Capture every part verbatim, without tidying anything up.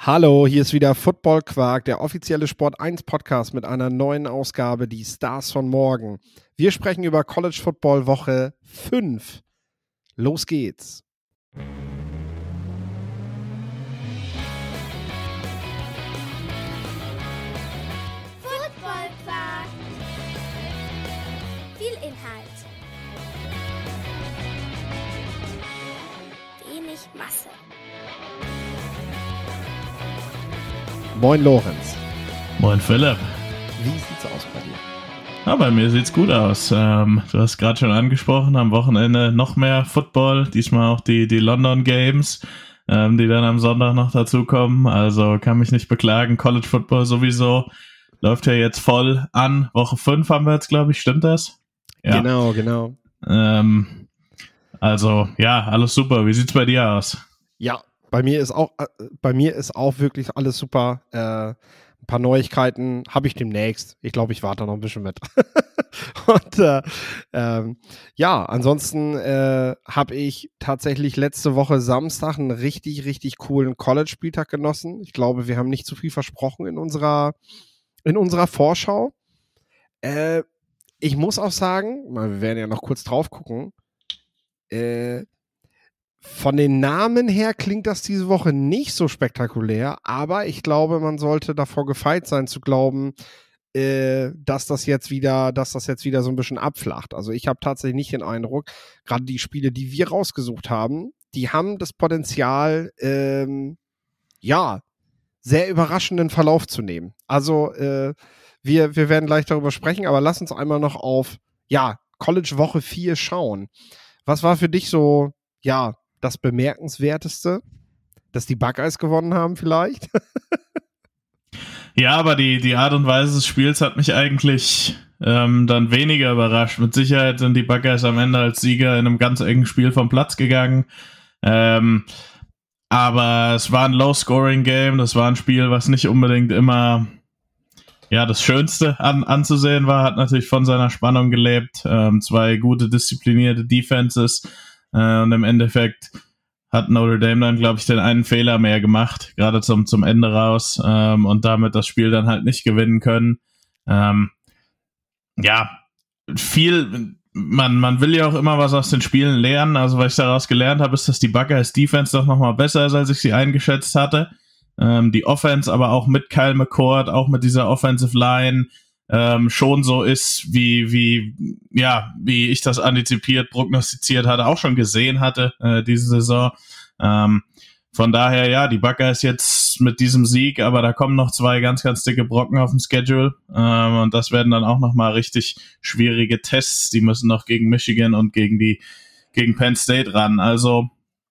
Hallo, hier ist wieder Football Quark, der offizielle Sport eins Podcast mit einer neuen Ausgabe, die Stars von morgen. Wir sprechen über College Football Woche fünf. Los geht's. Football Quark. Viel Inhalt. Wenig Masse. Moin Lorenz. Moin Philipp. Wie sieht's aus bei dir? Ja, bei mir sieht's gut aus. Ähm, du hast gerade schon angesprochen, am Wochenende noch mehr Football, diesmal auch die, die London Games, ähm, die dann am Sonntag noch dazukommen. Also kann mich nicht beklagen. College Football sowieso läuft ja jetzt voll an. Woche fünf haben wir jetzt, glaube ich. Stimmt das? Ja. Genau, genau. Ähm, also ja, alles super. Wie sieht's bei dir aus? Ja, bei mir ist auch, äh, bei mir ist auch wirklich alles super. Äh, ein paar Neuigkeiten habe ich demnächst. Ich glaube, ich warte noch ein bisschen mit. Und äh, ähm, ja, ansonsten äh, habe ich tatsächlich letzte Woche Samstag einen richtig, richtig coolen College-Spieltag genossen. Ich glaube, wir haben nicht zu viel versprochen in unserer, in unserer Vorschau. Äh, ich muss auch sagen, wir werden ja noch kurz drauf gucken, äh, von den Namen her klingt das diese Woche nicht so spektakulär, aber ich glaube, man sollte davor gefeit sein zu glauben, äh, dass das jetzt wieder, dass das jetzt wieder so ein bisschen abflacht. Also ich habe tatsächlich nicht den Eindruck, gerade die Spiele, die wir rausgesucht haben, die haben das Potenzial, ähm, ja, sehr überraschenden Verlauf zu nehmen. Also äh, wir, wir werden gleich darüber sprechen, aber lass uns einmal noch auf, ja, College Woche vier schauen. Was war für dich so, ja, das Bemerkenswerteste, dass die Buckeyes gewonnen haben vielleicht? Ja, aber die, die Art und Weise des Spiels hat mich eigentlich ähm, dann weniger überrascht. Mit Sicherheit sind die Buckeyes am Ende als Sieger in einem ganz engen Spiel vom Platz gegangen. Ähm, aber es war ein Low-Scoring-Game. Das war ein Spiel, was nicht unbedingt immer ja das Schönste an, anzusehen war. Hat natürlich von seiner Spannung gelebt. Ähm, zwei gute, disziplinierte Defenses. Äh, und im Endeffekt hat Notre Dame dann, glaube ich, den einen Fehler mehr gemacht, gerade zum, zum Ende raus, ähm, und damit das Spiel dann halt nicht gewinnen können. Ähm, ja, viel, man, man will ja auch immer was aus den Spielen lernen. Also was ich daraus gelernt habe, ist, dass die Buckeyes Defense doch nochmal besser ist, als ich sie eingeschätzt hatte. Ähm, die Offense aber auch mit Kyle McCord, auch mit dieser Offensive Line, Ähm, schon so ist, wie, wie, ja, wie ich das antizipiert, prognostiziert hatte, auch schon gesehen hatte, äh, diese Saison. Ähm, von daher, ja, die Buckeyes jetzt mit diesem Sieg, aber da kommen noch zwei ganz, ganz dicke Brocken auf dem Schedule, ähm, und das werden dann auch nochmal richtig schwierige Tests. Die müssen noch gegen Michigan und gegen die, gegen Penn State ran. Also,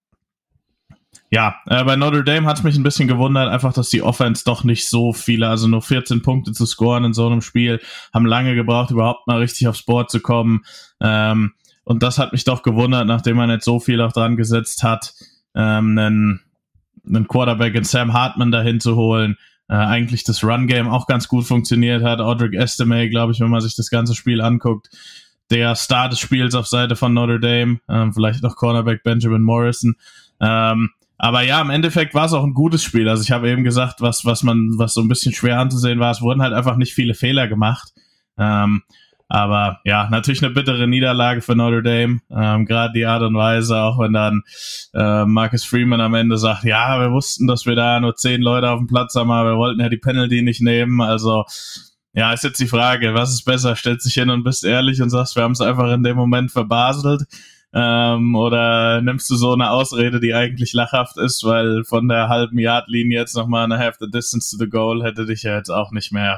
ja, äh, bei Notre Dame hat es mich ein bisschen gewundert, einfach, dass die Offense doch nicht so viele, also nur vierzehn Punkte zu scoren in so einem Spiel, haben lange gebraucht, überhaupt mal richtig aufs Board zu kommen. Ähm, und das hat mich doch gewundert, nachdem man jetzt so viel auch dran gesetzt hat, ähm, einen, einen Quarterback in Sam Hartman dahin zu holen. Äh, eigentlich das Run-Game auch ganz gut funktioniert hat. Audric Estime, glaube ich, wenn man sich das ganze Spiel anguckt, der Star des Spiels auf Seite von Notre Dame, ähm, vielleicht noch Cornerback Benjamin Morrison. Ähm, Aber ja, im Endeffekt war es auch ein gutes Spiel. Also ich habe eben gesagt, was was man was so ein bisschen schwer anzusehen war, es wurden halt einfach nicht viele Fehler gemacht. Ähm, aber ja, natürlich eine bittere Niederlage für Notre Dame. Ähm, gerade die Art und Weise, auch wenn dann äh, Marcus Freeman am Ende sagt, ja, wir wussten, dass wir da nur zehn Leute auf dem Platz haben, aber wir wollten ja die Penalty nicht nehmen. Also ja, ist jetzt die Frage, was ist besser? Stellst dich hin und bist ehrlich und sagst, wir haben es einfach in dem Moment verbaselt. Ähm, oder nimmst du so eine Ausrede, die eigentlich lachhaft ist, weil von der halben Yard-Linie jetzt nochmal eine half the distance to the goal hätte dich ja jetzt auch nicht mehr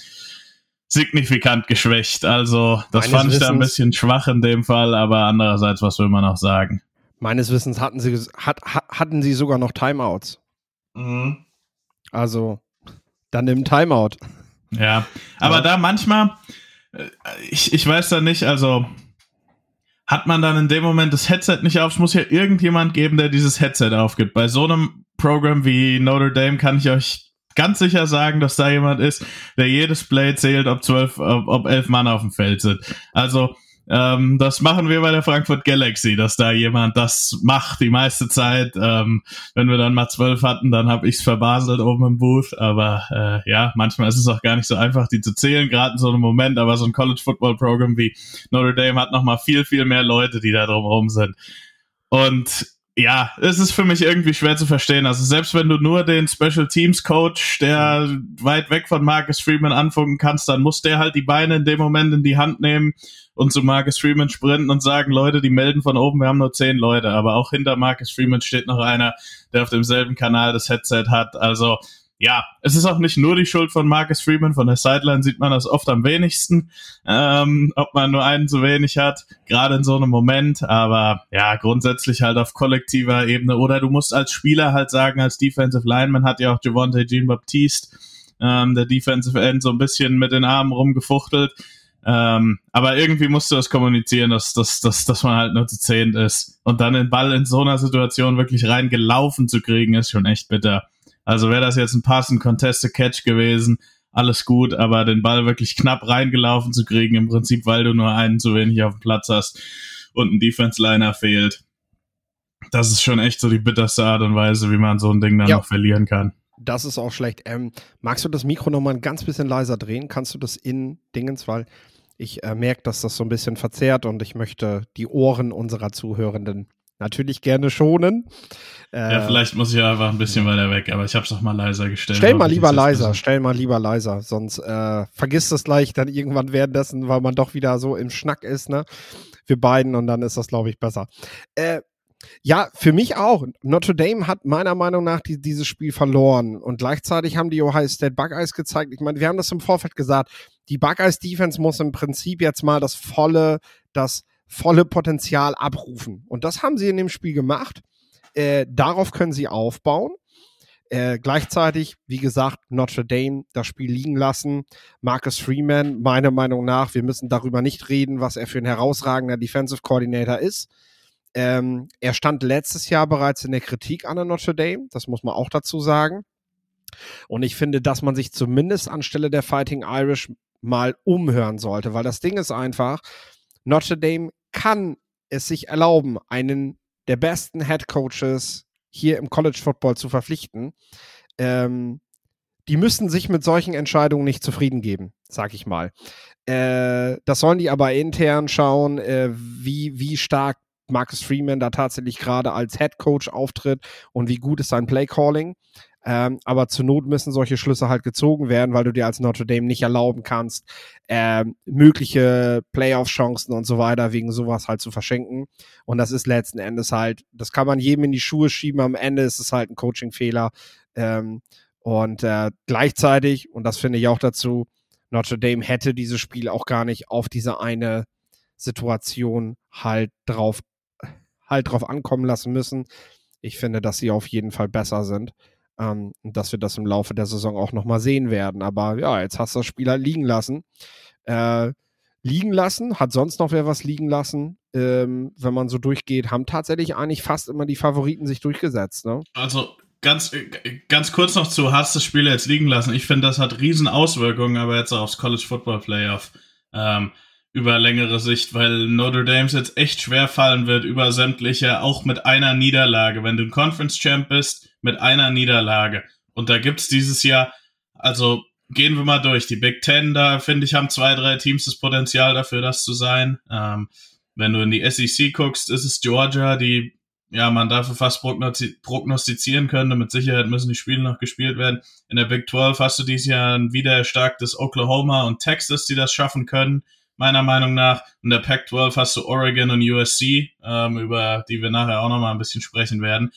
signifikant geschwächt. Also das Meines fand ich da ein Wissens- bisschen schwach in dem Fall, aber andererseits, was will man auch sagen? Meines Wissens hatten sie, hat, hatten sie sogar noch Timeouts. Mhm. Also, dann nimm Timeout. Ja, aber Ja. da manchmal, äh, ich, ich weiß da nicht, also hat man dann in dem Moment das Headset nicht auf? Es muss ja irgendjemand geben, der dieses Headset aufgibt. Bei so einem Programm wie Notre Dame kann ich euch ganz sicher sagen, dass da jemand ist, der jedes Play zählt, ob zwölf, ob, ob elf Mann auf dem Feld sind. Also Ähm, das machen wir bei der Frankfurt Galaxy, dass da jemand das macht die meiste Zeit. Ähm, wenn wir dann mal zwölf hatten, dann habe ich's verbaselt oben im Booth. Aber äh, ja, manchmal ist es auch gar nicht so einfach, die zu zählen, gerade in so einem Moment. Aber so ein College-Football-Programm wie Notre Dame hat nochmal viel, viel mehr Leute, die da drumherum sind. Und ja, es ist für mich irgendwie schwer zu verstehen. Also selbst wenn du nur den Special Teams Coach, der weit weg von Marcus Freeman anfunken kannst, dann muss der halt die Beine in dem Moment in die Hand nehmen und zu Marcus Freeman sprinten und sagen, Leute, die melden von oben, wir haben nur zehn Leute. Aber auch hinter Marcus Freeman steht noch einer, der auf demselben Kanal das Headset hat. Also ja, es ist auch nicht nur die Schuld von Marcus Freeman. Von der Sideline sieht man das oft am wenigsten, ähm, ob man nur einen zu wenig hat, gerade in so einem Moment. Aber ja, grundsätzlich halt auf kollektiver Ebene. Oder du musst als Spieler halt sagen, als Defensive Lineman hat ja auch Javonte Jean-Baptiste, ähm, der Defensive End, so ein bisschen mit den Armen rumgefuchtelt. Ähm, aber irgendwie musst du das kommunizieren, dass, dass, dass, dass man halt nur zu zehnt ist. Und dann den Ball in so einer Situation wirklich reingelaufen zu kriegen, ist schon echt bitter. Also wäre das jetzt ein Pass, ein Contested Catch gewesen, alles gut, aber den Ball wirklich knapp reingelaufen zu kriegen, im Prinzip, weil du nur einen zu wenig auf dem Platz hast und ein Defense-Liner fehlt, das ist schon echt so die bitterste Art und Weise, wie man so ein Ding dann ja noch verlieren kann. Das ist auch schlecht. Ähm, magst du das Mikro nochmal ein ganz bisschen leiser drehen? Kannst du das in Dingens, weil ich äh, merke, dass das so ein bisschen verzerrt und ich möchte die Ohren unserer Zuhörenden natürlich gerne schonen. Äh, ja, vielleicht muss ich ja einfach ein bisschen weiter weg, aber ich habe es auch mal leiser gestellt. Stell mal lieber leiser, stell mal lieber leiser, sonst äh, vergisst es gleich dann irgendwann währenddessen, weil man doch wieder so im Schnack ist, ne? Wir beiden und dann ist das, glaube ich, besser. Äh, ja, für mich auch. Notre Dame hat meiner Meinung nach die, dieses Spiel verloren und gleichzeitig haben die Ohio State Buckeyes gezeigt. Ich meine, wir haben das im Vorfeld gesagt, die Buckeyes Defense muss im Prinzip jetzt mal das volle, das volle Potenzial abrufen. Und das haben sie in dem Spiel gemacht. Äh, darauf können sie aufbauen. Äh, gleichzeitig, wie gesagt, Notre Dame das Spiel liegen lassen. Marcus Freeman, meiner Meinung nach, wir müssen darüber nicht reden, was er für ein herausragender Defensive Coordinator ist. Ähm, er stand letztes Jahr bereits in der Kritik an der Notre Dame, das muss man auch dazu sagen. Und ich finde, dass man sich zumindest anstelle der Fighting Irish mal umhören sollte, weil das Ding ist einfach, Notre Dame kann es sich erlauben, einen der besten Head Coaches hier im College Football zu verpflichten. Ähm, die müssen sich mit solchen Entscheidungen nicht zufrieden geben, sag ich mal. Äh, das sollen die aber intern schauen, äh, wie, wie stark Marcus Freeman da tatsächlich gerade als Head Coach auftritt und wie gut ist sein Play Calling. Ähm, aber zur Not müssen solche Schlüsse halt gezogen werden, weil du dir als Notre Dame nicht erlauben kannst, ähm, mögliche Playoff-Chancen und so weiter wegen sowas halt zu verschenken. Und das ist letzten Endes halt, das kann man jedem in die Schuhe schieben, am Ende ist es halt ein Coaching-Fehler. Ähm, und äh, gleichzeitig, und das finde ich auch dazu, Notre Dame hätte dieses Spiel auch gar nicht auf diese eine Situation halt drauf, halt drauf ankommen lassen müssen. Ich finde, dass sie auf jeden Fall besser sind. Um, und dass wir das im Laufe der Saison auch nochmal sehen werden. Aber ja, jetzt hast du das Spiel halt liegen lassen. Äh, liegen lassen, hat sonst noch wer was liegen lassen, ähm, wenn man so durchgeht, haben tatsächlich eigentlich fast immer die Favoriten sich durchgesetzt. Ne? Also ganz, ganz kurz noch zu, hast das Spiel jetzt liegen lassen. Ich finde, das hat riesen Auswirkungen, aber jetzt auch aufs College Football Playoff. Ähm, über längere Sicht, weil Notre Dame jetzt echt schwer fallen wird über sämtliche, auch mit einer Niederlage. Wenn du ein Conference Champ bist, mit einer Niederlage. Und da gibt's dieses Jahr, also gehen wir mal durch. Die Big Ten, da finde ich, haben zwei, drei Teams das Potenzial dafür, das zu sein. Ähm, wenn du in die S E C guckst, ist es Georgia, die, ja, man dafür fast prognostizieren könnte. Mit Sicherheit müssen die Spiele noch gespielt werden. In der Big zwölf hast du dieses Jahr ein wieder erstarktes Oklahoma und Texas, die das schaffen können, meiner Meinung nach. In der Pac zwölf hast du Oregon und U S C, ähm, über die wir nachher auch nochmal ein bisschen sprechen werden.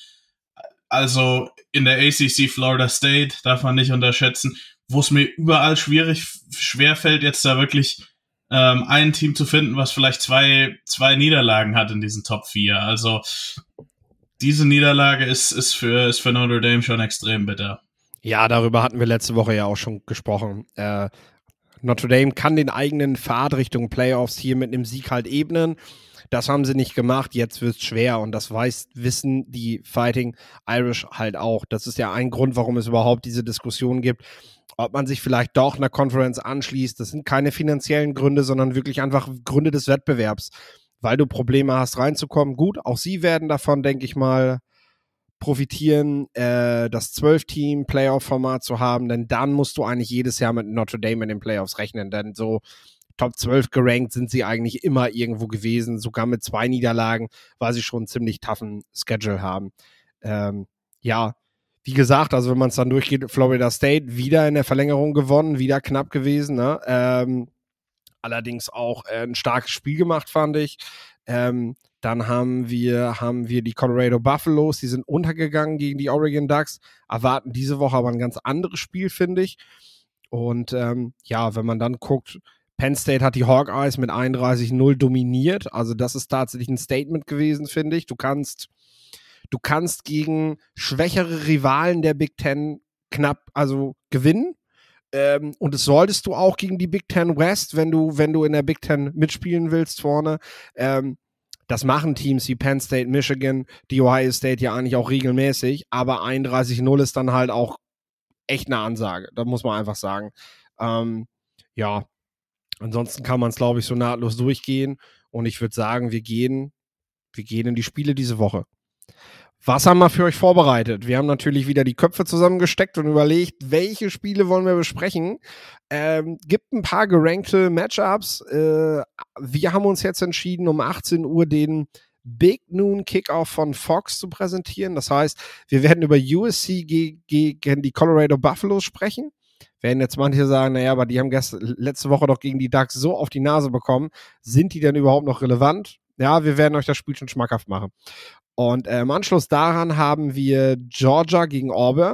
Also in der A C C Florida State darf man nicht unterschätzen, wo es mir überall schwierig, schwer fällt, jetzt da wirklich ähm, ein Team zu finden, was vielleicht zwei, zwei Niederlagen hat in diesen Top vier. Also diese Niederlage ist, ist, für, ist für Notre Dame schon extrem bitter. Ja, darüber hatten wir letzte Woche ja auch schon gesprochen. Äh, Notre Dame kann den eigenen Pfad Richtung Playoffs hier mit einem Sieg halt ebnen. Das haben sie nicht gemacht, jetzt wird es schwer und das weiß, wissen die Fighting Irish halt auch. Das ist ja ein Grund, warum es überhaupt diese Diskussion gibt, ob man sich vielleicht doch einer Conference anschließt. Das sind keine finanziellen Gründe, sondern wirklich einfach Gründe des Wettbewerbs, weil du Probleme hast reinzukommen. Gut, auch sie werden davon, denke ich mal, profitieren, äh, das zwölf-Team-Playoff-Format zu haben, denn dann musst du eigentlich jedes Jahr mit Notre Dame in den Playoffs rechnen, denn so Top zwölf gerankt sind sie eigentlich immer irgendwo gewesen, sogar mit zwei Niederlagen, weil sie schon einen ziemlich toughen Schedule haben. Ähm, ja, wie gesagt, also wenn man es dann durchgeht, Florida State wieder in der Verlängerung gewonnen, wieder knapp gewesen, ne? Ähm, allerdings auch äh, ein starkes Spiel gemacht, fand ich. Ähm, dann haben wir, haben wir die Colorado Buffaloes, die sind untergegangen gegen die Oregon Ducks, erwarten diese Woche aber ein ganz anderes Spiel, finde ich. Und ähm, ja, wenn man dann guckt, Penn State hat die Hawkeyes mit einunddreißig null dominiert. Also das ist tatsächlich ein Statement gewesen, finde ich. Du kannst, du kannst gegen schwächere Rivalen der Big Ten knapp, also gewinnen. Ähm, und das solltest du auch gegen die Big Ten West, wenn du, wenn du in der Big Ten mitspielen willst vorne. Ähm, das machen Teams wie Penn State, Michigan, die Ohio State ja eigentlich auch regelmäßig. Aber einunddreißig null ist dann halt auch echt eine Ansage. Da muss man einfach sagen. Ähm, ja, ansonsten kann man es, glaube ich, so nahtlos durchgehen. Und ich würde sagen, wir gehen, wir gehen in die Spiele diese Woche. Was haben wir für euch vorbereitet? Wir haben natürlich wieder die Köpfe zusammengesteckt und überlegt, welche Spiele wollen wir besprechen. Ähm, gibt ein paar gerankte Matchups. Äh, wir haben uns jetzt entschieden, um achtzehn Uhr den Big Noon Kickoff von Fox zu präsentieren. Das heißt, wir werden über U S C ge- gegen die Colorado Buffaloes sprechen. Werden jetzt manche sagen, naja, aber die haben gestern, letzte Woche doch gegen die Ducks so auf die Nase bekommen. Sind die denn überhaupt noch relevant? Ja, wir werden euch das Spiel schon schmackhaft machen. Und äh, im Anschluss daran haben wir Georgia gegen Auburn.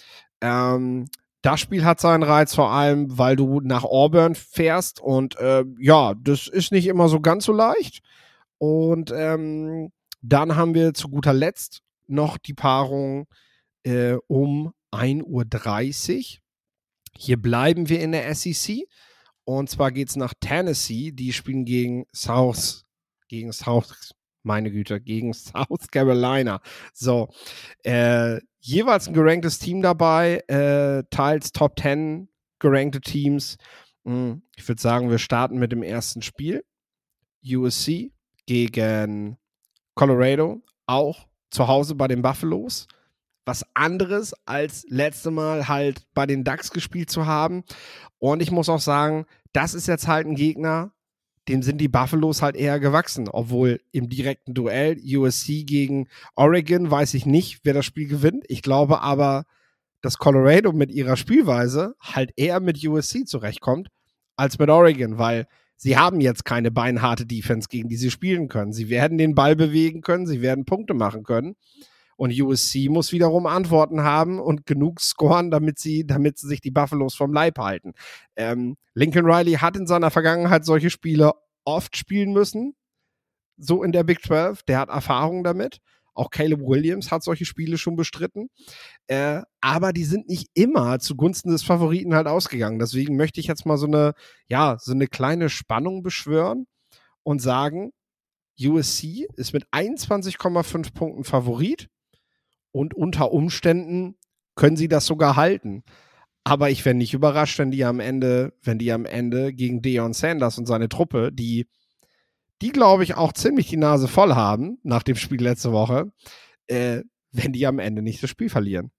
Ähm, das Spiel hat seinen Reiz, vor allem, weil du nach Auburn fährst. Und äh, ja, das ist nicht immer so ganz so leicht. Und ähm, dann haben wir zu guter Letzt noch die Paarung äh, um ein Uhr dreißig. Hier bleiben wir in der S E C. Und zwar geht es nach Tennessee. Die spielen gegen South, gegen South, meine Güte, gegen South Carolina. So, äh, jeweils ein geranktes Team dabei, äh, teils Top zehn gerankte Teams. Hm, ich würde sagen, wir starten mit dem ersten Spiel. U S C gegen Colorado, auch zu Hause bei den Buffaloes. Was anderes als letzte Mal halt bei den Ducks gespielt zu haben. Und ich muss auch sagen, das ist jetzt halt ein Gegner, dem sind die Buffaloes halt eher gewachsen. Obwohl im direkten Duell U S C gegen Oregon weiß ich nicht, wer das Spiel gewinnt. Ich glaube aber, dass Colorado mit ihrer Spielweise halt eher mit U S C zurechtkommt als mit Oregon, weil sie haben jetzt keine beinharte Defense, gegen die sie spielen können. Sie werden den Ball bewegen können, sie werden Punkte machen können. Und U S C muss wiederum Antworten haben und genug scoren, damit sie, damit sie sich die Buffaloes vom Leib halten. Ähm, Lincoln Riley hat in seiner Vergangenheit solche Spiele oft spielen müssen, so in der Big zwölf. Der hat Erfahrung damit. Auch Caleb Williams hat solche Spiele schon bestritten. Äh, aber die sind nicht immer zugunsten des Favoriten halt ausgegangen. Deswegen möchte ich jetzt mal so eine, ja, so eine kleine Spannung beschwören und sagen, U S C ist mit einundzwanzig Komma fünf Punkten Favorit. Und unter Umständen können sie das sogar halten. Aber ich wäre nicht überrascht, wenn die am Ende, wenn die am Ende gegen Deion Sanders und seine Truppe, die, die glaube ich auch ziemlich die Nase voll haben nach dem Spiel letzte Woche, äh, wenn die am Ende nicht das Spiel verlieren.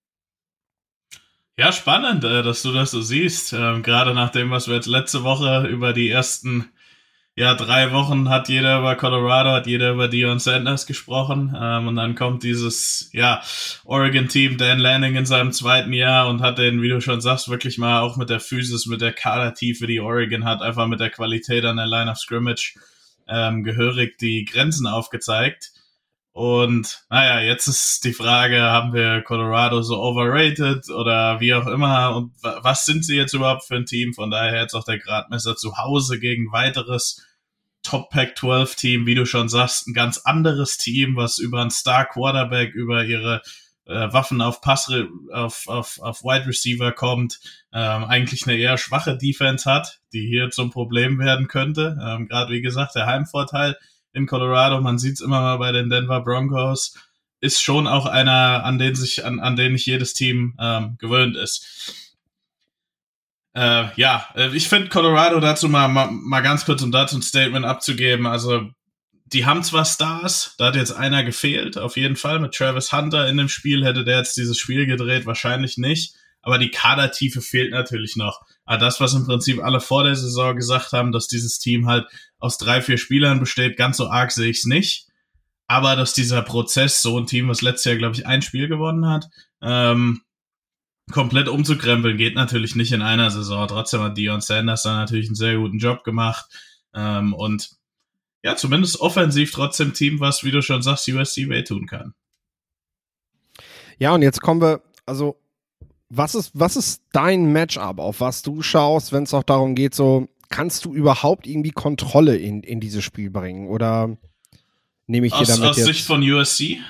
Ja, spannend, äh, dass du das so siehst. Ähm, gerade nach dem, was wir jetzt letzte Woche über die ersten Ja, drei Wochen hat jeder über Colorado, hat jeder über Deion Sanders gesprochen. Ähm, und dann kommt dieses, ja, Oregon-Team, Dan Lanning in seinem zweiten Jahr und hat den, wie du schon sagst, wirklich mal auch mit der Physis, mit der Kadertiefe, die Oregon hat, einfach mit der Qualität an der Line of Scrimmage ähm, gehörig die Grenzen aufgezeigt. Und naja, jetzt ist die Frage, haben wir Colorado so overrated oder wie auch immer und was sind sie jetzt überhaupt für ein Team? Von daher jetzt auch der Gradmesser zu Hause gegen weiteres Top-Pac zwölf Team, wie du schon sagst, ein ganz anderes Team, was über einen Star-Quarterback, über ihre äh, Waffen auf Pass, auf, auf, auf Wide Receiver kommt, ähm, eigentlich eine eher schwache Defense hat, die hier zum Problem werden könnte. Ähm, Gerade wie gesagt, der Heimvorteil in Colorado, man sieht es immer mal bei den Denver Broncos, ist schon auch einer, an den sich, an, an den nicht jedes Team ähm, gewöhnt ist. Äh, ja, ich finde Colorado dazu mal, mal, mal ganz kurz, um dazu ein Statement abzugeben, also die haben zwar Stars, da hat jetzt einer gefehlt, auf jeden Fall, mit Travis Hunter in dem Spiel, hätte der jetzt dieses Spiel gedreht, wahrscheinlich nicht, aber die Kadertiefe fehlt natürlich noch. Aber das, was im Prinzip alle vor der Saison gesagt haben, dass dieses Team halt aus drei, vier Spielern besteht, ganz so arg sehe ich es nicht, aber dass dieser Prozess, so ein Team, was letztes Jahr, glaube ich, ein Spiel gewonnen hat, ähm, komplett umzukrempeln, geht natürlich nicht in einer Saison. Trotzdem hat Deion Sanders da natürlich einen sehr guten Job gemacht, ähm, und ja, zumindest offensiv trotzdem Team, was, wie du schon sagst, U S C wehtun kann. Ja, und jetzt kommen wir, also, was ist, was ist dein Matchup, auf was du schaust, wenn es auch darum geht, so, kannst du überhaupt irgendwie Kontrolle in, in dieses Spiel bringen? Oder nehme ich dir aus, damit aus jetzt... Sicht von U S C?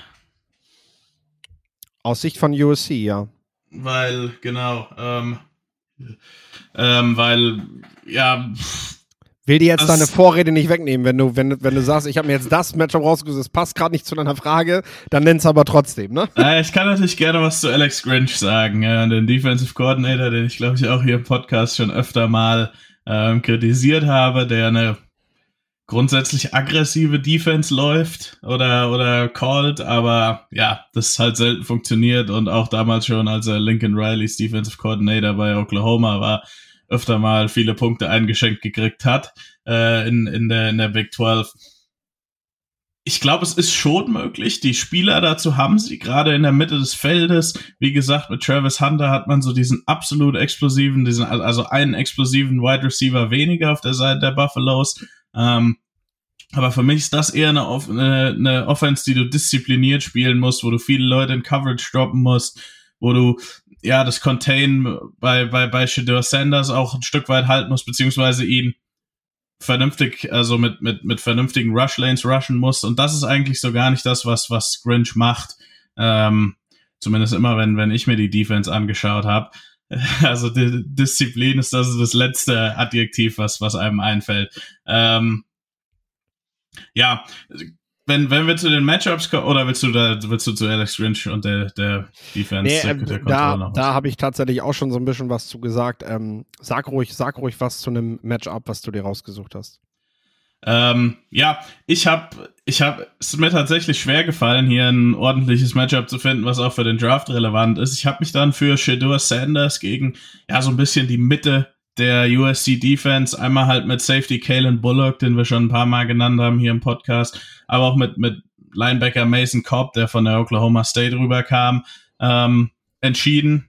Aus Sicht von U S C, ja. Weil, genau, ähm, ähm, weil, ja... Will dir jetzt das, deine Vorrede nicht wegnehmen, wenn du, wenn, wenn du sagst, ich habe mir jetzt das Matchup rausgesucht, das passt gerade nicht zu deiner Frage, dann nenn's aber trotzdem, ne? Äh, ich kann natürlich gerne was zu Alex Grinch sagen, ja, den Defensive Coordinator, den ich, glaube ich, auch hier im Podcast schon öfter mal ähm, kritisiert habe, der eine grundsätzlich aggressive Defense läuft oder, oder called, aber ja, das halt selten funktioniert und auch damals schon, als er Lincoln Rileys Defensive Coordinator bei Oklahoma war, öfter mal viele Punkte eingeschenkt gekriegt hat äh, in, in, der, in der Big zwölf. Ich glaube, es ist schon möglich. Die Spieler dazu haben sie, gerade in der Mitte des Feldes. Wie gesagt, mit Travis Hunter hat man so diesen absolut explosiven, diesen also einen explosiven Wide Receiver weniger auf der Seite der Buffaloes. Ähm, aber für mich ist das eher eine, eine, eine Offense, die du diszipliniert spielen musst, wo du viele Leute in Coverage droppen musst, wo du ja das Contain bei bei bei Shedeur Sanders auch ein Stück weit halten musst, beziehungsweise ihn vernünftig, also mit mit mit vernünftigen Rush Lanes rushen musst. Und das ist eigentlich so gar nicht das, was was Grinch macht. Ähm, zumindest immer, wenn wenn ich mir die Defense angeschaut habe. Also die Disziplin ist das, das letzte Adjektiv, was was einem einfällt. Ähm, ja, wenn wenn wir zu den Matchups kommen, oder willst du da willst du zu Alex Grinch und der der Defense nee, der, äh, der da noch da habe ich tatsächlich auch schon so ein bisschen was zu gesagt. Ähm, sag ruhig, sag ruhig was zu einem Matchup, was du dir rausgesucht hast. Ähm, ja, ich habe, ich habe, es ist mir tatsächlich schwer gefallen, hier ein ordentliches Matchup zu finden, was auch für den Draft relevant ist. Ich habe mich dann für Shedeur Sanders gegen, ja, so ein bisschen die Mitte der U S C Defense, einmal halt mit Safety Kalen Bullock, den wir schon ein paar Mal genannt haben hier im Podcast, aber auch mit, mit Linebacker Mason Cobb, der von der Oklahoma State rüberkam, ähm, entschieden.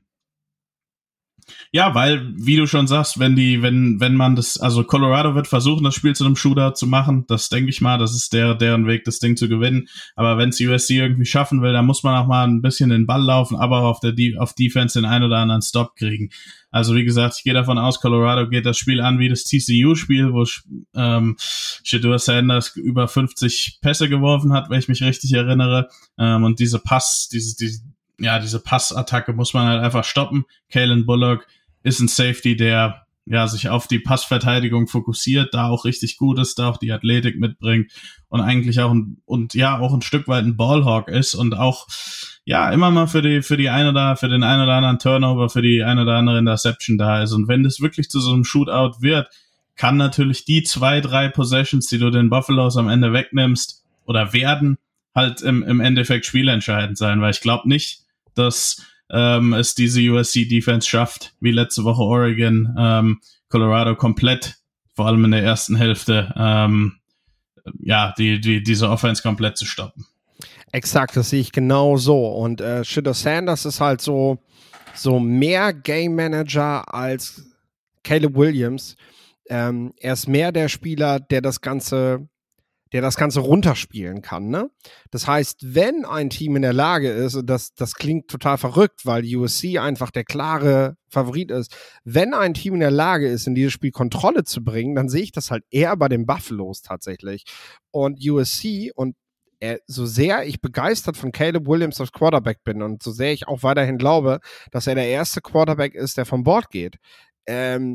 Ja, weil, wie du schon sagst, wenn die, wenn, wenn man das, also Colorado wird versuchen, das Spiel zu einem Shootout zu machen, das denke ich mal, das ist der, deren Weg, das Ding zu gewinnen, aber wenn es U S C irgendwie schaffen will, dann muss man auch mal ein bisschen den Ball laufen, aber auch auf der, auf Defense den ein oder anderen Stop kriegen. Also wie gesagt, ich gehe davon aus, Colorado geht das Spiel an wie das T C U-Spiel, wo ähm, Shedeur Sanders über fünfzig Pässe geworfen hat, wenn ich mich richtig erinnere, ähm, und diese Pass, diese, diese, ja, diese Passattacke muss man halt einfach stoppen. Kalen Bullock ist ein Safety, der ja sich auf die Passverteidigung fokussiert, da auch richtig gut ist, da auch die Athletik mitbringt und eigentlich auch ein, und ja auch ein Stück weit ein Ballhawk ist und auch ja immer mal für die für die eine oder für den einen oder anderen Turnover, für die eine oder andere Interception da ist. Und wenn das wirklich zu so einem Shootout wird, kann natürlich die zwei, drei Possessions, die du den Buffaloes am Ende wegnimmst oder werden, halt im, im Endeffekt spielentscheidend sein, weil ich glaube nicht, dass ähm, es diese U S C-Defense schafft, wie letzte Woche Oregon, ähm, Colorado komplett, vor allem in der ersten Hälfte, ähm, ja, die, die, diese Offense komplett zu stoppen. Exakt, das sehe ich genau so. Und äh, Shedeur Sanders ist halt so, so mehr Game Manager als Caleb Williams. Ähm, er ist mehr der Spieler, der das Ganze der das Ganze runterspielen kann, ne? Das heißt, wenn ein Team in der Lage ist, und das, das klingt total verrückt, weil U S C einfach der klare Favorit ist, wenn ein Team in der Lage ist, in dieses Spiel Kontrolle zu bringen, dann sehe ich das halt eher bei den Buffaloes tatsächlich. Und U S C, und äh, so sehr ich begeistert von Caleb Williams als Quarterback bin und so sehr ich auch weiterhin glaube, dass er der erste Quarterback ist, der vom Board geht, ähm,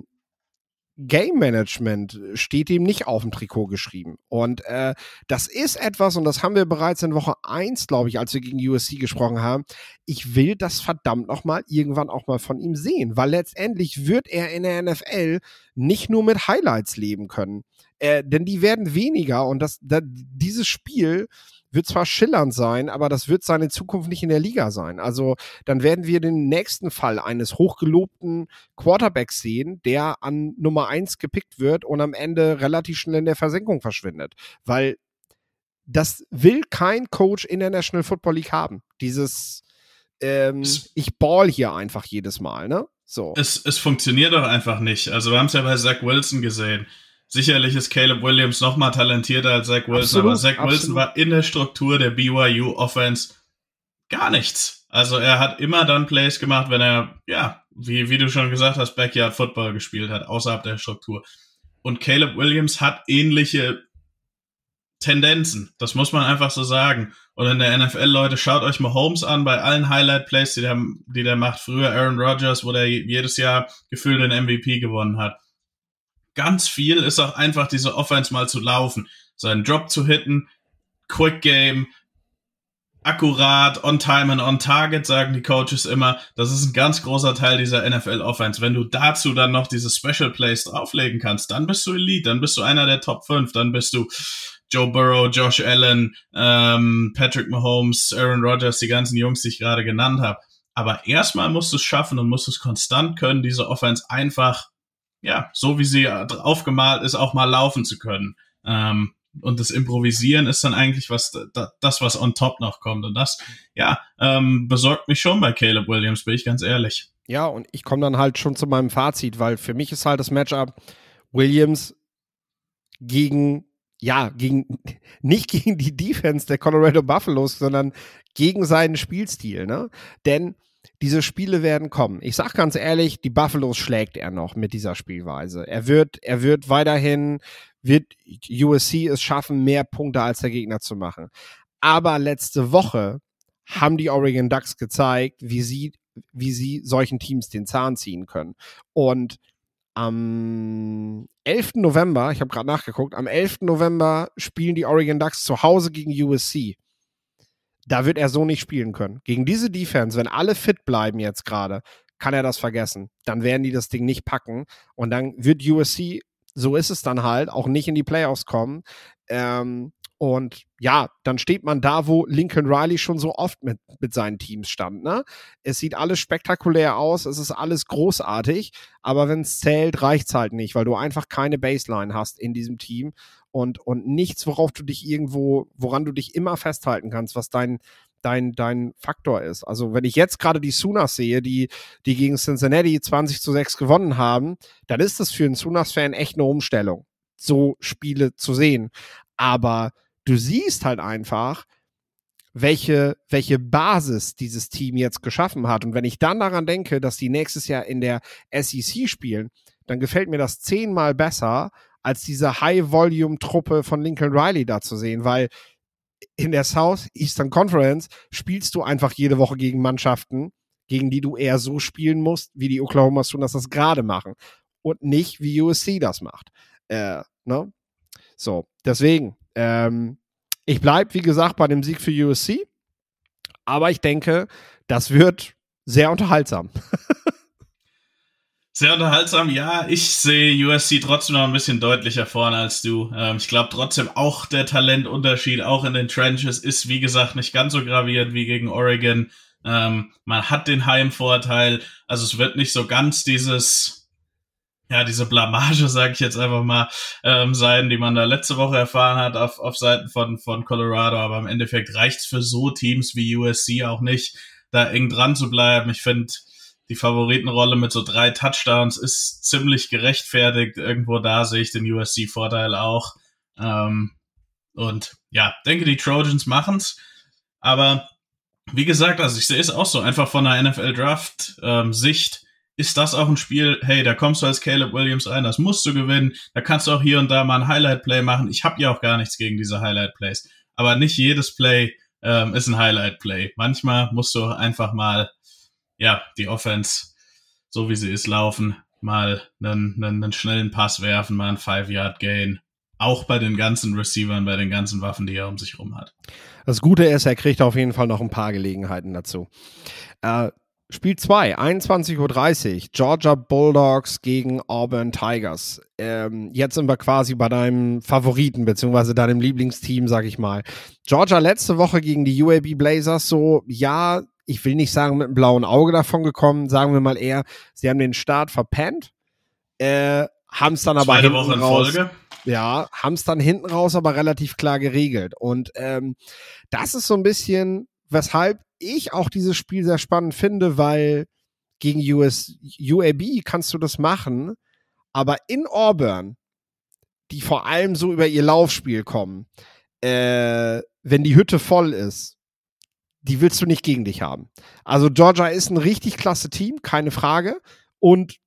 Game Management steht ihm nicht auf dem Trikot geschrieben. Und äh, das ist etwas, und das haben wir bereits in Woche eins, glaube ich, als wir gegen U S C gesprochen haben. Ich will das verdammt nochmal irgendwann auch mal von ihm sehen, weil letztendlich wird er in der N F L nicht nur mit Highlights leben können. Äh, denn die werden weniger und das, das, dieses Spiel wird zwar schillernd sein, aber das wird seine Zukunft nicht in der Liga sein. Also dann werden wir den nächsten Fall eines hochgelobten Quarterbacks sehen, der an Nummer eins gepickt wird und am Ende relativ schnell in der Versenkung verschwindet. Weil das will kein Coach in der National Football League haben. Dieses ähm, ich ball hier einfach jedes Mal, ne? So. Es, es funktioniert doch einfach nicht. Also wir haben es ja bei Zach Wilson gesehen. Sicherlich ist Caleb Williams noch mal talentierter als Zach Wilson, absolut, aber Zach absolut. Wilson war in der Struktur der B Y U-Offense gar nichts. Also er hat immer dann Plays gemacht, wenn er, ja, wie, wie du schon gesagt hast, Backyard-Football gespielt hat, außerhalb der Struktur. Und Caleb Williams hat ähnliche Tendenzen, das muss man einfach so sagen. Und in der N F L, Leute, schaut euch Mahomes an, bei allen Highlight-Plays, die der, die der macht. Früher Aaron Rodgers, wo der jedes Jahr gefühlt den M V P gewonnen hat. Ganz viel ist auch einfach diese Offense mal zu laufen, seinen Drop zu hitten, Quick Game, akkurat, on time and on target, sagen die Coaches immer. Das ist ein ganz großer Teil dieser N F L Offense. Wenn du dazu dann noch diese Special Plays drauflegen kannst, dann bist du Elite, dann bist du einer der Top fünf, dann bist du Joe Burrow, Josh Allen, ähm, Patrick Mahomes, Aaron Rodgers, die ganzen Jungs, die ich gerade genannt habe. Aber erstmal musst du es schaffen und musst es konstant können, diese Offense einfach, ja, so wie sie aufgemalt ist, auch mal laufen zu können. Ähm, und das Improvisieren ist dann eigentlich was, das, was on top noch kommt. Und das, ja, ähm, besorgt mich schon bei Caleb Williams, bin ich ganz ehrlich. Ja, und ich komme dann halt schon zu meinem Fazit, weil für mich ist halt das Matchup Williams gegen, ja, gegen, nicht gegen die Defense der Colorado Buffaloes, sondern gegen seinen Spielstil, ne? Denn diese Spiele werden kommen. Ich sag ganz ehrlich, die Buffaloes schlägt er noch mit dieser Spielweise. Er wird, er wird weiterhin, wird U S C es schaffen, mehr Punkte als der Gegner zu machen. Aber letzte Woche haben die Oregon Ducks gezeigt, wie sie, wie sie solchen Teams den Zahn ziehen können. Und am elften November, ich habe gerade nachgeguckt, am elften November spielen die Oregon Ducks zu Hause gegen U S C. Da wird er so nicht spielen können. Gegen diese Defense, wenn alle fit bleiben jetzt gerade, kann er das vergessen. Dann werden die das Ding nicht packen. Und dann wird U S C, so ist es dann halt, auch nicht in die Playoffs kommen. Ähm, und ja, dann steht man da, wo Lincoln Riley schon so oft mit, mit seinen Teams stand. Ne? Es sieht alles spektakulär aus, es ist alles großartig, aber wenn es zählt, reicht es halt nicht, weil du einfach keine Baseline hast in diesem Team und, und nichts, worauf du dich irgendwo, woran du dich immer festhalten kannst, was dein, dein, dein Faktor ist. Also wenn ich jetzt gerade die Sooners sehe, die, die gegen Cincinnati zwanzig zu sechs gewonnen haben, dann ist das für einen Sooners-Fan echt eine Umstellung, so Spiele zu sehen. Aber du siehst halt einfach, welche, welche Basis dieses Team jetzt geschaffen hat. Und wenn ich dann daran denke, dass die nächstes Jahr in der S E C spielen, dann gefällt mir das zehnmal besser, als diese High-Volume-Truppe von Lincoln Riley da zu sehen, weil in der Southeastern Conference spielst du einfach jede Woche gegen Mannschaften, gegen die du eher so spielen musst, wie die Oklahoma Sooners das gerade machen und nicht, wie U S C das macht. Äh, ne? So, deswegen, ähm, ich bleibe, wie gesagt, bei dem Sieg für U S C, aber ich denke, das wird sehr unterhaltsam. Sehr unterhaltsam, ja. Ich sehe U S C trotzdem noch ein bisschen deutlicher vorne als du. Ähm, ich glaube trotzdem auch der Talentunterschied, auch in den Trenches, ist wie gesagt nicht ganz so gravierend wie gegen Oregon. Ähm, man hat den Heimvorteil, also es wird nicht so ganz dieses, ja, diese Blamage, sage ich jetzt einfach mal, ähm, sein, die man da letzte Woche erfahren hat auf, auf Seiten von, von Colorado, aber im Endeffekt reicht's für so Teams wie U S C auch nicht, da eng dran zu bleiben. Ich finde, die Favoritenrolle mit so drei Touchdowns ist ziemlich gerechtfertigt. Irgendwo da sehe ich den U S C-Vorteil auch. Ähm, und ja, denke, die Trojans machen's. Aber wie gesagt, also ich sehe es auch so, einfach von der N F L-Draft-Sicht ähm, ist das auch ein Spiel, hey, da kommst du als Caleb Williams rein, das musst du gewinnen. Da kannst du auch hier und da mal ein Highlight-Play machen. Ich habe ja auch gar nichts gegen diese Highlight-Plays. aber nicht jedes Play ähm, ist ein Highlight-Play. Manchmal musst du einfach mal, ja, die Offense, so wie sie ist, laufen, mal einen, einen, einen schnellen Pass werfen, mal einen Five-Yard-Gain. Auch bei den ganzen Receivern, bei den ganzen Waffen, die er um sich rum hat. Das Gute ist, er kriegt auf jeden Fall noch ein paar Gelegenheiten dazu. Äh, Spiel zwei, einundzwanzig Uhr dreißig, Georgia Bulldogs gegen Auburn Tigers. Ähm, jetzt sind wir quasi bei deinem Favoriten, beziehungsweise deinem Lieblingsteam, sag ich mal. Georgia letzte Woche gegen die U A B Blazers so, ja, ich will nicht sagen mit einem blauen Auge davon gekommen, sagen wir mal eher, sie haben den Start verpennt, äh, haben es dann aber Zweite hinten Woche in raus, Folge. Ja, haben es dann hinten raus aber relativ klar geregelt. Und ähm, das ist so ein bisschen, weshalb ich auch dieses Spiel sehr spannend finde, weil gegen U S, U A B kannst du das machen, aber in Auburn, die vor allem so über ihr Laufspiel kommen, äh, wenn die Hütte voll ist, die willst du nicht gegen dich haben. Also Georgia ist ein richtig klasse Team, keine Frage. Und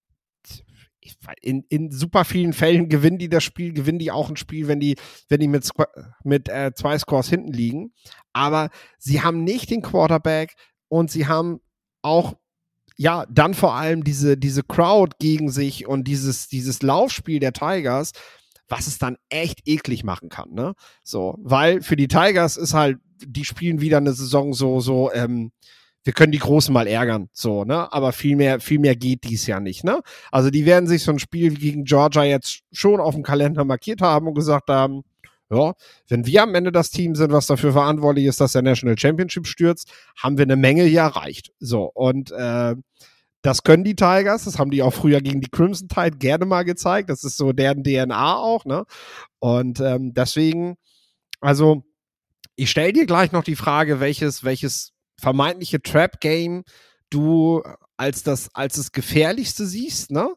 in, in super vielen Fällen gewinnen die das Spiel, gewinnen die auch ein Spiel, wenn die, wenn die mit, Squ- mit äh, zwei Scores hinten liegen. Aber sie haben nicht den Quarterback und sie haben auch, ja, dann vor allem diese, diese Crowd gegen sich und dieses, dieses Laufspiel der Tigers, was es dann echt eklig machen kann, ne? So, weil für die Tigers ist halt, die spielen wieder eine Saison so, so, ähm, wir können die Großen mal ärgern, so, ne? Aber viel mehr, viel mehr geht dies ja nicht, ne? Also die werden sich so ein Spiel gegen Georgia jetzt schon auf dem Kalender markiert haben und gesagt haben, ja, wenn wir am Ende das Team sind, was dafür verantwortlich ist, dass der National Championship stürzt, haben wir eine Menge hier erreicht. So, und äh, das können die Tigers, das haben die auch früher gegen die Crimson Tide gerne mal gezeigt, das ist so deren D N A auch, ne? Und ähm, deswegen, also ich stelle dir gleich noch die Frage, welches, welches vermeintliche Trap-Game du als das, als das gefährlichste siehst, ne?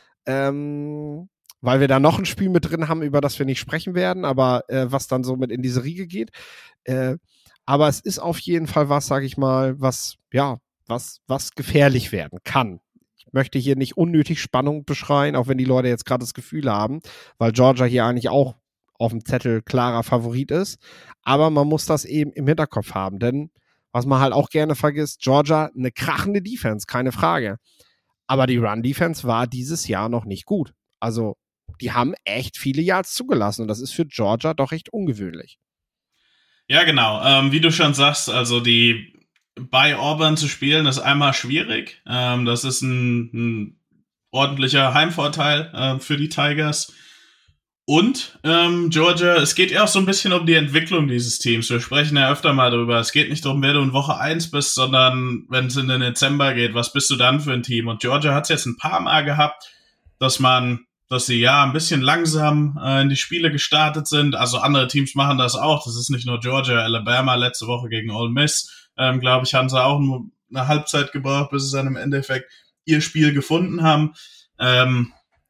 Ähm, weil wir da noch ein Spiel mit drin haben, über das wir nicht sprechen werden, aber äh, was dann so mit in diese Riege geht. Äh, aber es ist auf jeden Fall was, sag ich mal, was, ja, was, was gefährlich werden kann. Ich möchte hier nicht unnötig Spannung beschreien, auch wenn die Leute jetzt gerade das Gefühl haben, weil Georgia hier eigentlich auch auf dem Zettel klarer Favorit ist. Aber man muss das eben im Hinterkopf haben, denn was man halt auch gerne vergisst, Georgia, eine krachende Defense, keine Frage. Aber die Run-Defense war dieses Jahr noch nicht gut. Also, die haben echt viele Yards zugelassen und das ist für Georgia doch recht ungewöhnlich. Ja, genau. Ähm, wie du schon sagst, also die bei Auburn zu spielen ist einmal schwierig. Ähm, das ist ein, ein ordentlicher Heimvorteil äh, für die Tigers. Und ähm, Georgia, es geht ja auch so ein bisschen um die Entwicklung dieses Teams. Wir sprechen ja öfter mal darüber. Es geht nicht darum, wer du in Woche eins bist, sondern wenn es in den Dezember geht, was bist du dann für ein Team? Und Georgia hat es jetzt ein paar Mal gehabt, dass man, dass sie ja ein bisschen langsam äh, in die Spiele gestartet sind. Also andere Teams machen das auch. Das ist nicht nur Georgia, Alabama letzte Woche gegen Ole Miss. Ähm, glaube ich, haben sie auch nur eine Halbzeit gebraucht, bis sie dann im Endeffekt ihr Spiel gefunden haben. Ähm,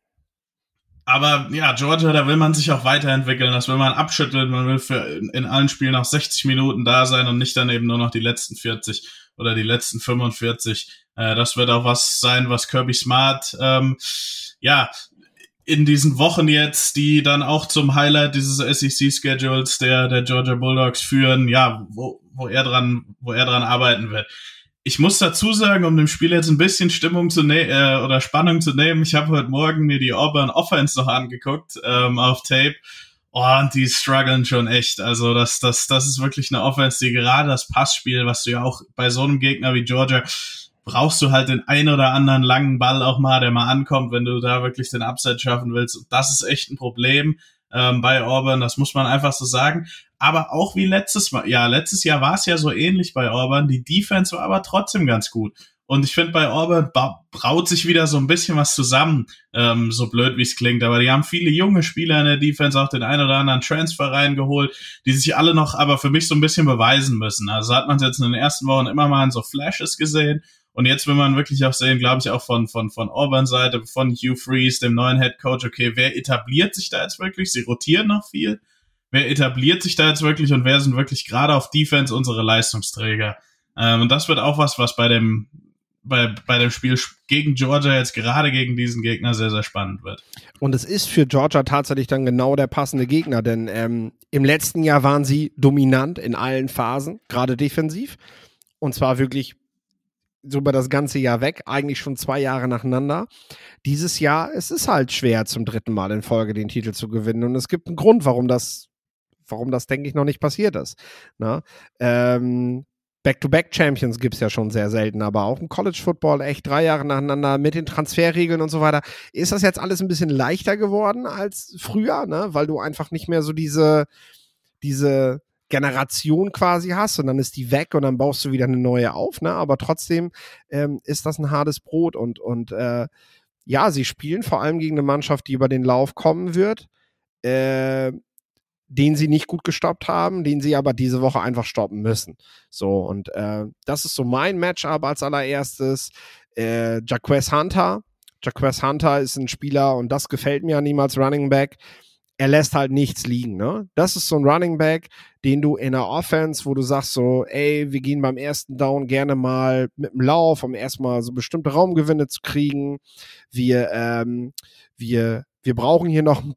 Aber ja, Georgia, da will man sich auch weiterentwickeln, das will man abschütteln, man will für in, in allen Spielen noch sechzig Minuten da sein und nicht dann eben nur noch die letzten vierzig oder die letzten fünfundvierzig. Äh, das wird auch was sein, was Kirby Smart ähm, ja in diesen Wochen jetzt, die dann auch zum Highlight dieses S E C-Schedules der der Georgia Bulldogs führen, ja, wo wo er dran wo er dran arbeiten wird. Ich muss dazu sagen, um dem Spiel jetzt ein bisschen Stimmung zu ne- äh, oder Spannung zu nehmen, ich habe heute Morgen mir die Auburn Offense noch angeguckt ähm, auf Tape. Oh, und die strugglen schon echt. Also das, das, das ist wirklich eine Offense, die gerade das Passspiel, was du ja auch bei so einem Gegner wie Georgia, brauchst du halt den ein oder anderen langen Ball auch mal, der mal ankommt, wenn du da wirklich den Upset schaffen willst. Und das ist echt ein Problem ähm, bei Auburn, das muss man einfach so sagen. Aber auch wie letztes Mal, ja, letztes Jahr war es ja so ähnlich bei Auburn. Die Defense war aber trotzdem ganz gut. Und ich finde, bei Auburn ba- braut sich wieder so ein bisschen was zusammen, ähm, so blöd wie es klingt. Aber die haben viele junge Spieler in der Defense, auch den einen oder anderen Transfer reingeholt, die sich alle noch aber für mich so ein bisschen beweisen müssen. Also hat man es jetzt in den ersten Wochen immer mal in so Flashes gesehen. Und jetzt will man wirklich auch sehen, glaube ich, auch von von von Auburn-Seite, von Hugh Freeze, dem neuen Head Coach, okay, wer etabliert sich da jetzt wirklich? Sie rotieren noch viel. Wer etabliert sich da jetzt wirklich und wer sind wirklich gerade auf Defense unsere Leistungsträger? Ähm, und das wird auch was, was bei dem bei, bei dem Spiel gegen Georgia jetzt gerade gegen diesen Gegner sehr, sehr spannend wird. Und es ist für Georgia tatsächlich dann genau der passende Gegner, denn ähm, im letzten Jahr waren sie dominant in allen Phasen, gerade defensiv. Und zwar wirklich so über das ganze Jahr weg, eigentlich schon zwei Jahre nacheinander. Dieses Jahr, es ist halt schwer, zum dritten Mal in Folge den Titel zu gewinnen. Und es gibt einen Grund, warum das, warum das, denke ich, noch nicht passiert ist. Na? Ähm, Back-to-Back-Champions gibt es ja schon sehr selten, aber auch im College-Football echt drei Jahre nacheinander mit den Transferregeln und so weiter. Ist das jetzt alles ein bisschen leichter geworden als früher, ne? Weil du einfach nicht mehr so diese, diese Generation quasi hast und dann ist die weg und dann baust du wieder eine neue auf, ne? Aber trotzdem ähm, ist das ein hartes Brot und, und äh, ja, sie spielen vor allem gegen eine Mannschaft, die über den Lauf kommen wird, äh, den sie nicht gut gestoppt haben, den sie aber diese Woche einfach stoppen müssen. So, und äh, das ist so mein Matchup als allererstes. Äh, Jaquez Hunter. Jaquez Hunter ist ein Spieler und das gefällt mir an ihm als Running Back. Er lässt halt nichts liegen, ne? Das ist so ein Running Back, den du in der Offense, wo du sagst so, ey, wir gehen beim ersten Down gerne mal mit dem Lauf, um erstmal so bestimmte Raumgewinne zu kriegen. Wir, ähm, wir, wir brauchen hier noch,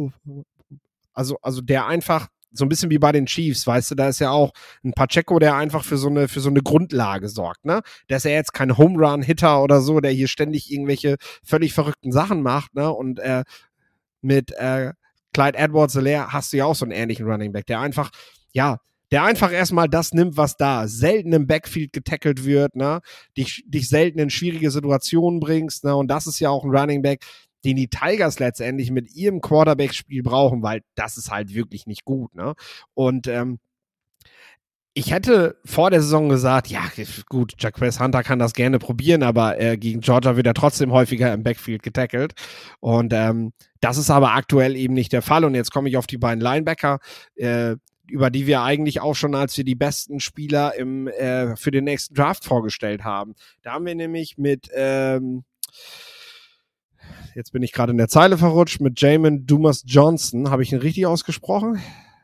also, also der einfach so ein bisschen wie bei den Chiefs, weißt du, da ist ja auch ein Pacheco, der einfach für so eine, für so eine Grundlage sorgt, ne? Der ist ja jetzt kein Home-Run-Hitter oder so, der hier ständig irgendwelche völlig verrückten Sachen macht, ne? Und äh, mit äh, Clyde Edwards-Helaire hast du ja auch so einen ähnlichen Running Back, der einfach, ja, der einfach erstmal das nimmt, was da selten im Backfield getackelt wird, ne? Dich, dich selten in schwierige Situationen bringst, ne? Und das ist ja auch ein Running Back, den die Tigers letztendlich mit ihrem Quarterback-Spiel brauchen, weil das ist halt wirklich nicht gut, ne? Und ähm, ich hätte vor der Saison gesagt, ja gut, Jaquez Hunter kann das gerne probieren, aber äh, gegen Georgia wird er trotzdem häufiger im Backfield getackelt. Und ähm, das ist aber aktuell eben nicht der Fall. Und jetzt komme ich auf die beiden Linebacker, äh, über die wir eigentlich auch schon, als wir die besten Spieler im, äh, für den nächsten Draft vorgestellt haben. Da haben wir nämlich mit, ähm, jetzt bin ich gerade in der Zeile verrutscht, mit Jamin Dumas-Johnson, habe ich ihn richtig ausgesprochen?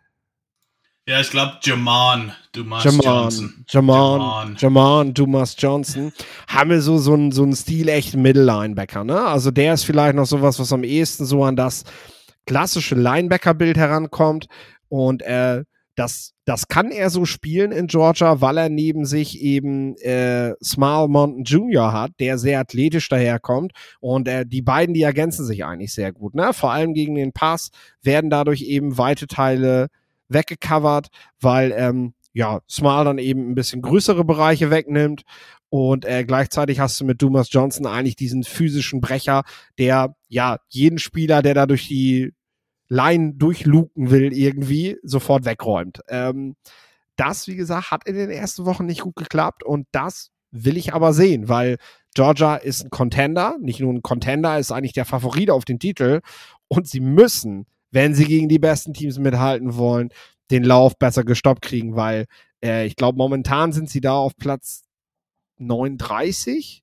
Ja, ich glaube, Jaman Dumas Jaman, Johnson. Jaman, Jaman Dumas Johnson. Haben wir so, so einen so einen stilechten Middle-Linebacker, ne? Also der ist vielleicht noch sowas, was am ehesten so an das klassische Linebacker-Bild herankommt. Und äh, das, das kann er so spielen in Georgia, weil er neben sich eben äh, Smile Monton Junior hat, der sehr athletisch daherkommt. Und äh, die beiden, die ergänzen sich eigentlich sehr gut, ne? Vor allem gegen den Pass werden dadurch eben weite Teile weggecovert, weil ähm, ja, Smile dann eben ein bisschen größere Bereiche wegnimmt und äh, gleichzeitig hast du mit Dumas Johnson eigentlich diesen physischen Brecher, der ja jeden Spieler, der da durch die Line durchluken will irgendwie, sofort wegräumt. Ähm, das, wie gesagt, hat in den ersten Wochen nicht gut geklappt und das will ich aber sehen, weil Georgia ist ein Contender, nicht nur ein Contender, ist eigentlich der Favorit auf den Titel und sie müssen, wenn sie gegen die besten Teams mithalten wollen, den Lauf besser gestoppt kriegen, weil äh, ich glaube, momentan sind sie da auf Platz neununddreißig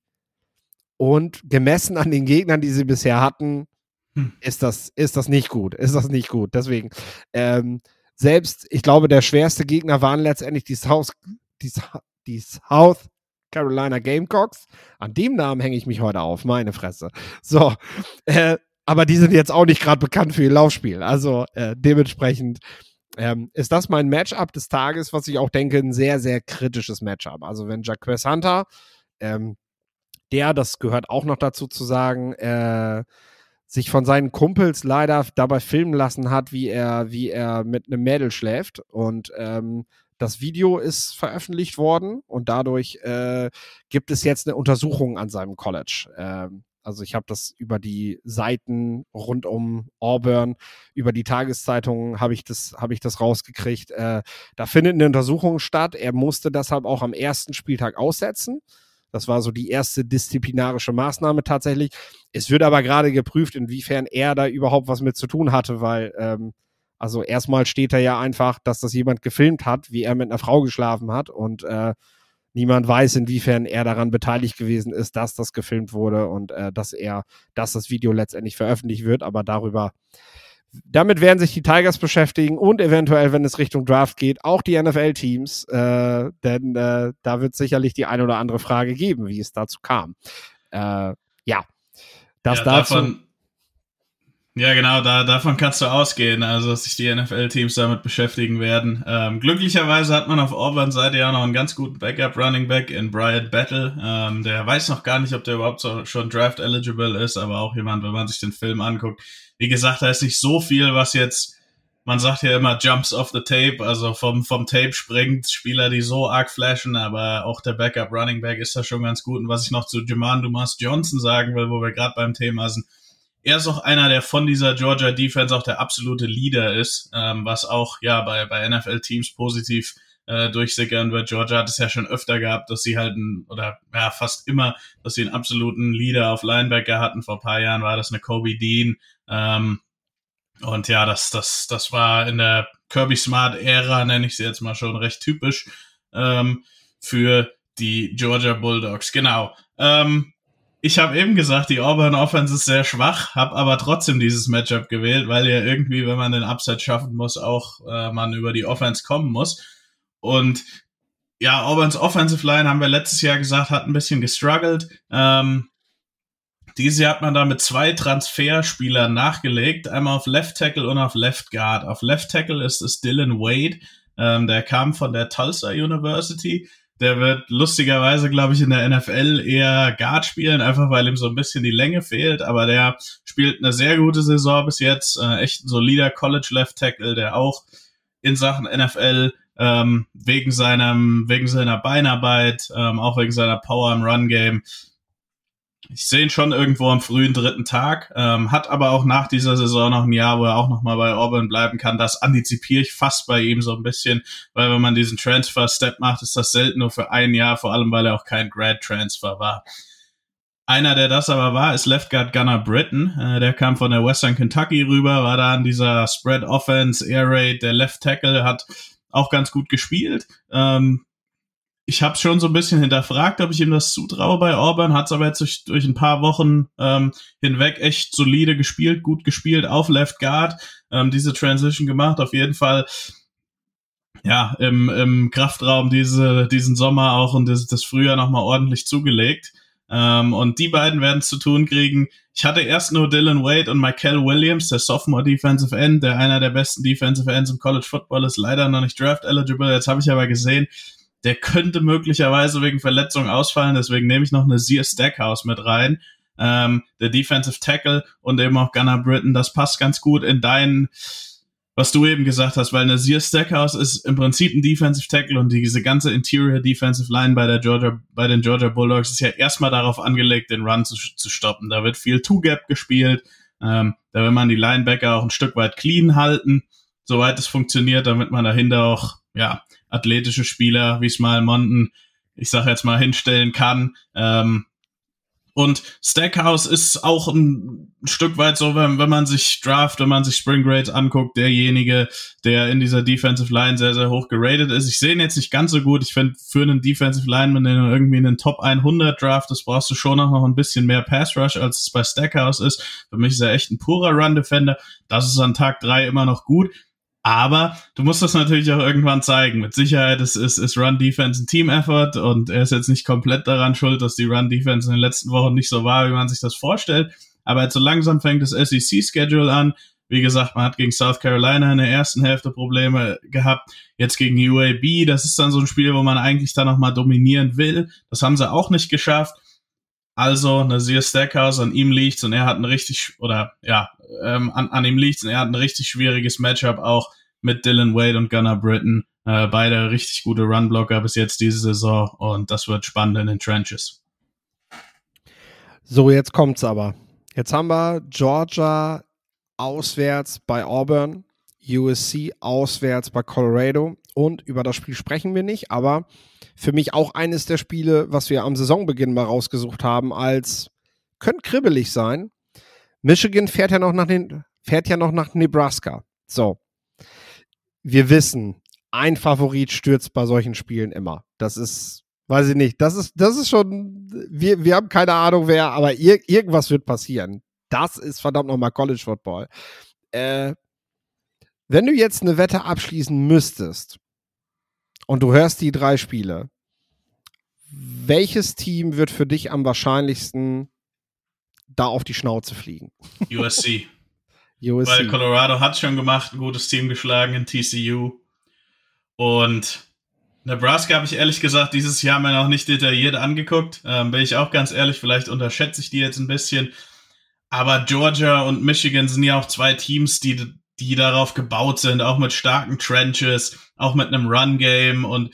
und gemessen an den Gegnern, die sie bisher hatten, hm. ist das, ist das nicht gut. Ist das nicht gut. Deswegen, ähm, selbst, ich glaube, der schwerste Gegner waren letztendlich die South, die, die South Carolina Gamecocks. An dem Namen hänge ich mich heute auf, meine Fresse. So, äh, aber die sind jetzt auch nicht gerade bekannt für ihr Laufspiel. Also äh, dementsprechend ähm, ist das mein Matchup des Tages, was ich auch denke, ein sehr, sehr kritisches Matchup. Also wenn Jaquez Hunter, ähm, der, das gehört auch noch dazu zu sagen, äh, sich von seinen Kumpels leider dabei filmen lassen hat, wie er, wie er mit einem Mädel schläft. Und ähm, das Video ist veröffentlicht worden und dadurch äh, gibt es jetzt eine Untersuchung an seinem College. Ähm, Also ich habe das über die Seiten rund um Auburn, über die Tageszeitungen habe ich das, habe ich das rausgekriegt. Äh, da findet eine Untersuchung statt. Er musste deshalb auch am ersten Spieltag aussetzen. Das war so die erste disziplinarische Maßnahme tatsächlich. Es wird aber gerade geprüft, inwiefern er da überhaupt was mit zu tun hatte, weil ähm, also erstmal steht da ja einfach, dass das jemand gefilmt hat, wie er mit einer Frau geschlafen hat und äh, niemand weiß, inwiefern er daran beteiligt gewesen ist, dass das gefilmt wurde und äh, dass er, dass das Video letztendlich veröffentlicht wird, aber darüber damit werden sich die Tigers beschäftigen und eventuell, wenn es Richtung Draft geht, auch die N F L-Teams, äh, denn äh, da wird sicherlich die ein oder andere Frage geben, wie es dazu kam. Äh, ja, das ja, dazu. Davon, ja, genau, da, davon kannst du ausgehen, also dass sich die N F L-Teams damit beschäftigen werden. Ähm, glücklicherweise hat man auf Auburn-Seite ja noch einen ganz guten Backup-Running-Back in Bryant Battle. Ähm, der weiß noch gar nicht, ob der überhaupt so, schon Draft-eligible ist, aber auch jemand, wenn man sich den Film anguckt. Wie gesagt, da ist nicht so viel, was jetzt, man sagt ja immer Jumps off the Tape, also vom, vom Tape springt, Spieler, die so arg flashen, aber auch der Backup Running Back ist da schon ganz gut. Und was ich noch zu Jermaine Dumas Johnson sagen will, wo wir gerade beim Thema sind, er ist auch einer, der von dieser Georgia Defense auch der absolute Leader ist, ähm, was auch ja bei, bei N F L-Teams positiv äh, durchsickern wird. Georgia hat es ja schon öfter gehabt, dass sie halt, ein, oder ja fast immer, dass sie einen absoluten Leader auf Linebacker hatten. Vor ein paar Jahren war das eine Kobe Dean, Ähm, und ja, das, das, das war in der Kirby Smart-Ära, nenne ich sie jetzt mal schon, recht typisch ähm, für die Georgia Bulldogs. Genau. Ähm, ich habe eben gesagt, die Auburn Offense ist sehr schwach, habe aber trotzdem dieses Matchup gewählt, weil ja irgendwie, wenn man den Upside schaffen muss, auch äh, man über die Offense kommen muss. Und ja, Auburns Offensive Line, haben wir letztes Jahr gesagt, hat ein bisschen gestruggelt. Ähm, Dieses Jahr hat man da mit zwei Transferspielern nachgelegt, einmal auf Left Tackle und auf Left Guard. Auf Left Tackle ist es Dylan Wade, ähm, der kam von der Tulsa University. Der wird lustigerweise, glaube ich, in der N F L eher Guard spielen, einfach weil ihm so ein bisschen die Länge fehlt. Aber der spielt eine sehr gute Saison bis jetzt, äh, echt ein solider College Left Tackle, der auch in Sachen N F L ähm, wegen seinem, wegen seiner Beinarbeit, ähm, auch wegen seiner Power im Run Game, ich sehe ihn schon irgendwo am frühen dritten Tag, ähm, hat aber auch nach dieser Saison noch ein Jahr, wo er auch noch mal bei Auburn bleiben kann. Das antizipiere ich fast bei ihm so ein bisschen, weil wenn man diesen Transfer-Step macht, ist das selten nur für ein Jahr, vor allem weil er auch kein Grad-Transfer war. Einer, der das aber war, ist Left Guard Gunnar Britton. Äh, der kam von der Western Kentucky rüber, war da in dieser Spread-Offense, Air Raid, der Left Tackle, hat auch ganz gut gespielt. Ähm, Ich habe schon so ein bisschen hinterfragt, ob ich ihm das zutraue bei Auburn, hat es aber jetzt durch, durch ein paar Wochen ähm, hinweg echt solide gespielt, gut gespielt auf Left Guard, ähm, diese Transition gemacht, auf jeden Fall ja im, im Kraftraum diese, diesen Sommer auch und das, das Frühjahr nochmal ordentlich zugelegt. Ähm, und die beiden werden es zu tun kriegen. Ich hatte erst nur Dylan Wade und Michael Williams, der Sophomore Defensive End, der einer der besten Defensive Ends im College Football ist, leider noch nicht Draft eligible. Jetzt habe ich aber gesehen, der könnte möglicherweise wegen Verletzung ausfallen, deswegen nehme ich noch eine Sear Stackhouse mit rein, ähm, der Defensive Tackle und eben auch Gunnar Britton. Das passt ganz gut in dein, was du eben gesagt hast, weil eine Sear Stackhouse ist im Prinzip ein Defensive Tackle und diese ganze Interior Defensive Line bei der Georgia, bei den Georgia Bulldogs ist ja erstmal darauf angelegt, den Run zu, zu stoppen. Da wird viel Two-Gap gespielt, ähm, da will man die Linebacker auch ein Stück weit clean halten, soweit es funktioniert, damit man dahinter auch, ja, athletische Spieler wie Smile Monton, ich sag jetzt mal, hinstellen kann. Ähm, und Stackhouse ist auch ein Stück weit so, wenn, wenn man sich Draft, wenn man sich Spring Grades anguckt, derjenige, der in dieser Defensive Line sehr, sehr hoch geratet ist. Ich sehe ihn jetzt nicht ganz so gut. Ich finde, für einen Defensive Lineman, den du irgendwie in den Top hundert draftest, brauchst du schon noch ein bisschen mehr Pass Rush, als es bei Stackhouse ist. Für mich ist er echt ein purer Run Defender. Das ist an Tag drei immer noch gut. Aber du musst das natürlich auch irgendwann zeigen. Mit Sicherheit ist, ist, ist Run-Defense ein Team-Effort und er ist jetzt nicht komplett daran schuld, dass die Run-Defense in den letzten Wochen nicht so war, wie man sich das vorstellt. Aber jetzt so langsam fängt das S E C-Schedule an. Wie gesagt, man hat gegen South Carolina in der ersten Hälfte Probleme gehabt. Jetzt gegen U A B, das ist dann so ein Spiel, wo man eigentlich dann nochmal dominieren will. Das haben sie auch nicht geschafft. Also Nasir Stackhouse, an ihm liegt's und er hat ein richtig, oder ja, ähm, an, an ihm liegt's und er hat ein richtig schwieriges Matchup auch mit Dylan Wade und Gunnar Britton. Äh, beide richtig gute Runblocker bis jetzt diese Saison und das wird spannend in den Trenches. So, jetzt kommt's aber. Jetzt haben wir Georgia auswärts bei Auburn, U S C auswärts bei Colorado und über das Spiel sprechen wir nicht, aber für mich auch eines der Spiele, was wir am Saisonbeginn mal rausgesucht haben, als könnte kribbelig sein. Michigan fährt ja noch nach den, fährt ja noch nach Nebraska. So. Wir wissen, ein Favorit stürzt bei solchen Spielen immer. Das ist, weiß ich nicht, das ist, das ist schon, wir, wir haben keine Ahnung wer, aber ir- irgendwas wird passieren. Das ist verdammt nochmal College Football. Äh, wenn du jetzt eine Wette abschließen müsstest und du hörst die drei Spiele, welches Team wird für dich am wahrscheinlichsten da auf die Schnauze fliegen? U S C. U S C. Weil Colorado hat schon gemacht, ein gutes Team geschlagen in T C U. Und Nebraska habe ich ehrlich gesagt dieses Jahr mir noch nicht detailliert angeguckt. Ähm, bin ich auch ganz ehrlich, vielleicht unterschätze ich die jetzt ein bisschen. Aber Georgia und Michigan sind ja auch zwei Teams, die, die darauf gebaut sind, auch mit starken Trenches, auch mit einem Run-Game. Und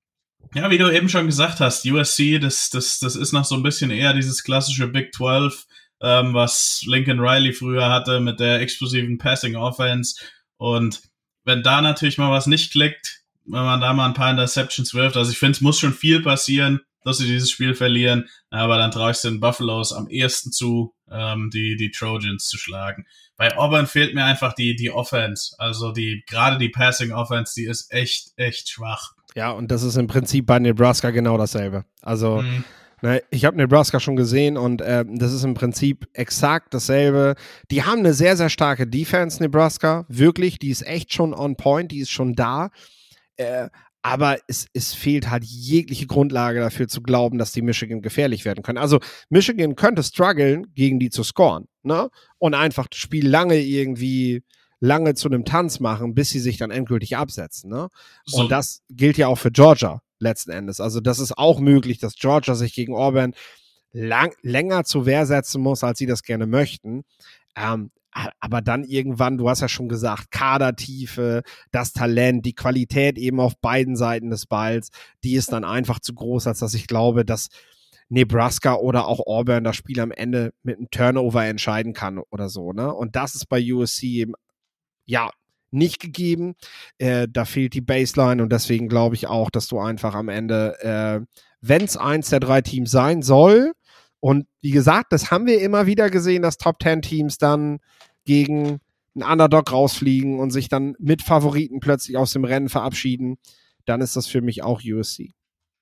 ja, wie du eben schon gesagt hast, U S C, das, das, das ist noch so ein bisschen eher dieses klassische Big zwölf, ähm, was Lincoln Riley früher hatte mit der explosiven Passing Offense. Und wenn da natürlich mal was nicht klickt, wenn man da mal ein paar Interceptions wirft, also ich finde, es muss schon viel passieren, dass sie dieses Spiel verlieren, aber dann traue ich es den Buffaloes am ehesten zu, ähm, die, die Trojans zu schlagen. Bei Auburn fehlt mir einfach die, die Offense, also die, gerade die Passing Offense, die ist echt, echt schwach. Ja, und das ist im Prinzip bei Nebraska genau dasselbe. Also, Mhm. ne, ich habe Nebraska schon gesehen und äh, das ist im Prinzip exakt dasselbe. Die haben eine sehr, sehr starke Defense, Nebraska, wirklich, die ist echt schon on point, die ist schon da. Äh, aber es, es fehlt halt jegliche Grundlage dafür zu glauben, dass die Michigan gefährlich werden können. Also Michigan könnte strugglen, gegen die zu scoren, ne? Und einfach das Spiel lange irgendwie lange zu einem Tanz machen, bis sie sich dann endgültig absetzen, ne? So. Und das gilt ja auch für Georgia letzten Endes. Also das ist auch möglich, dass Georgia sich gegen Auburn lang, länger zur Wehr setzen muss, als sie das gerne möchten. Ähm, aber dann irgendwann, du hast ja schon gesagt, Kadertiefe, das Talent, die Qualität eben auf beiden Seiten des Balls, die ist dann einfach zu groß, als dass ich glaube, dass Nebraska oder auch Auburn das Spiel am Ende mit einem Turnover entscheiden kann oder so, ne? Und das ist bei U S C eben, ja, nicht gegeben. Äh, da fehlt die Baseline und deswegen glaube ich auch, dass du einfach am Ende, äh, wenn es eins der drei Teams sein soll, und wie gesagt, das haben wir immer wieder gesehen, dass Top Ten Teams dann gegen einen Underdog rausfliegen und sich dann mit Favoriten plötzlich aus dem Rennen verabschieden, dann ist das für mich auch U S C.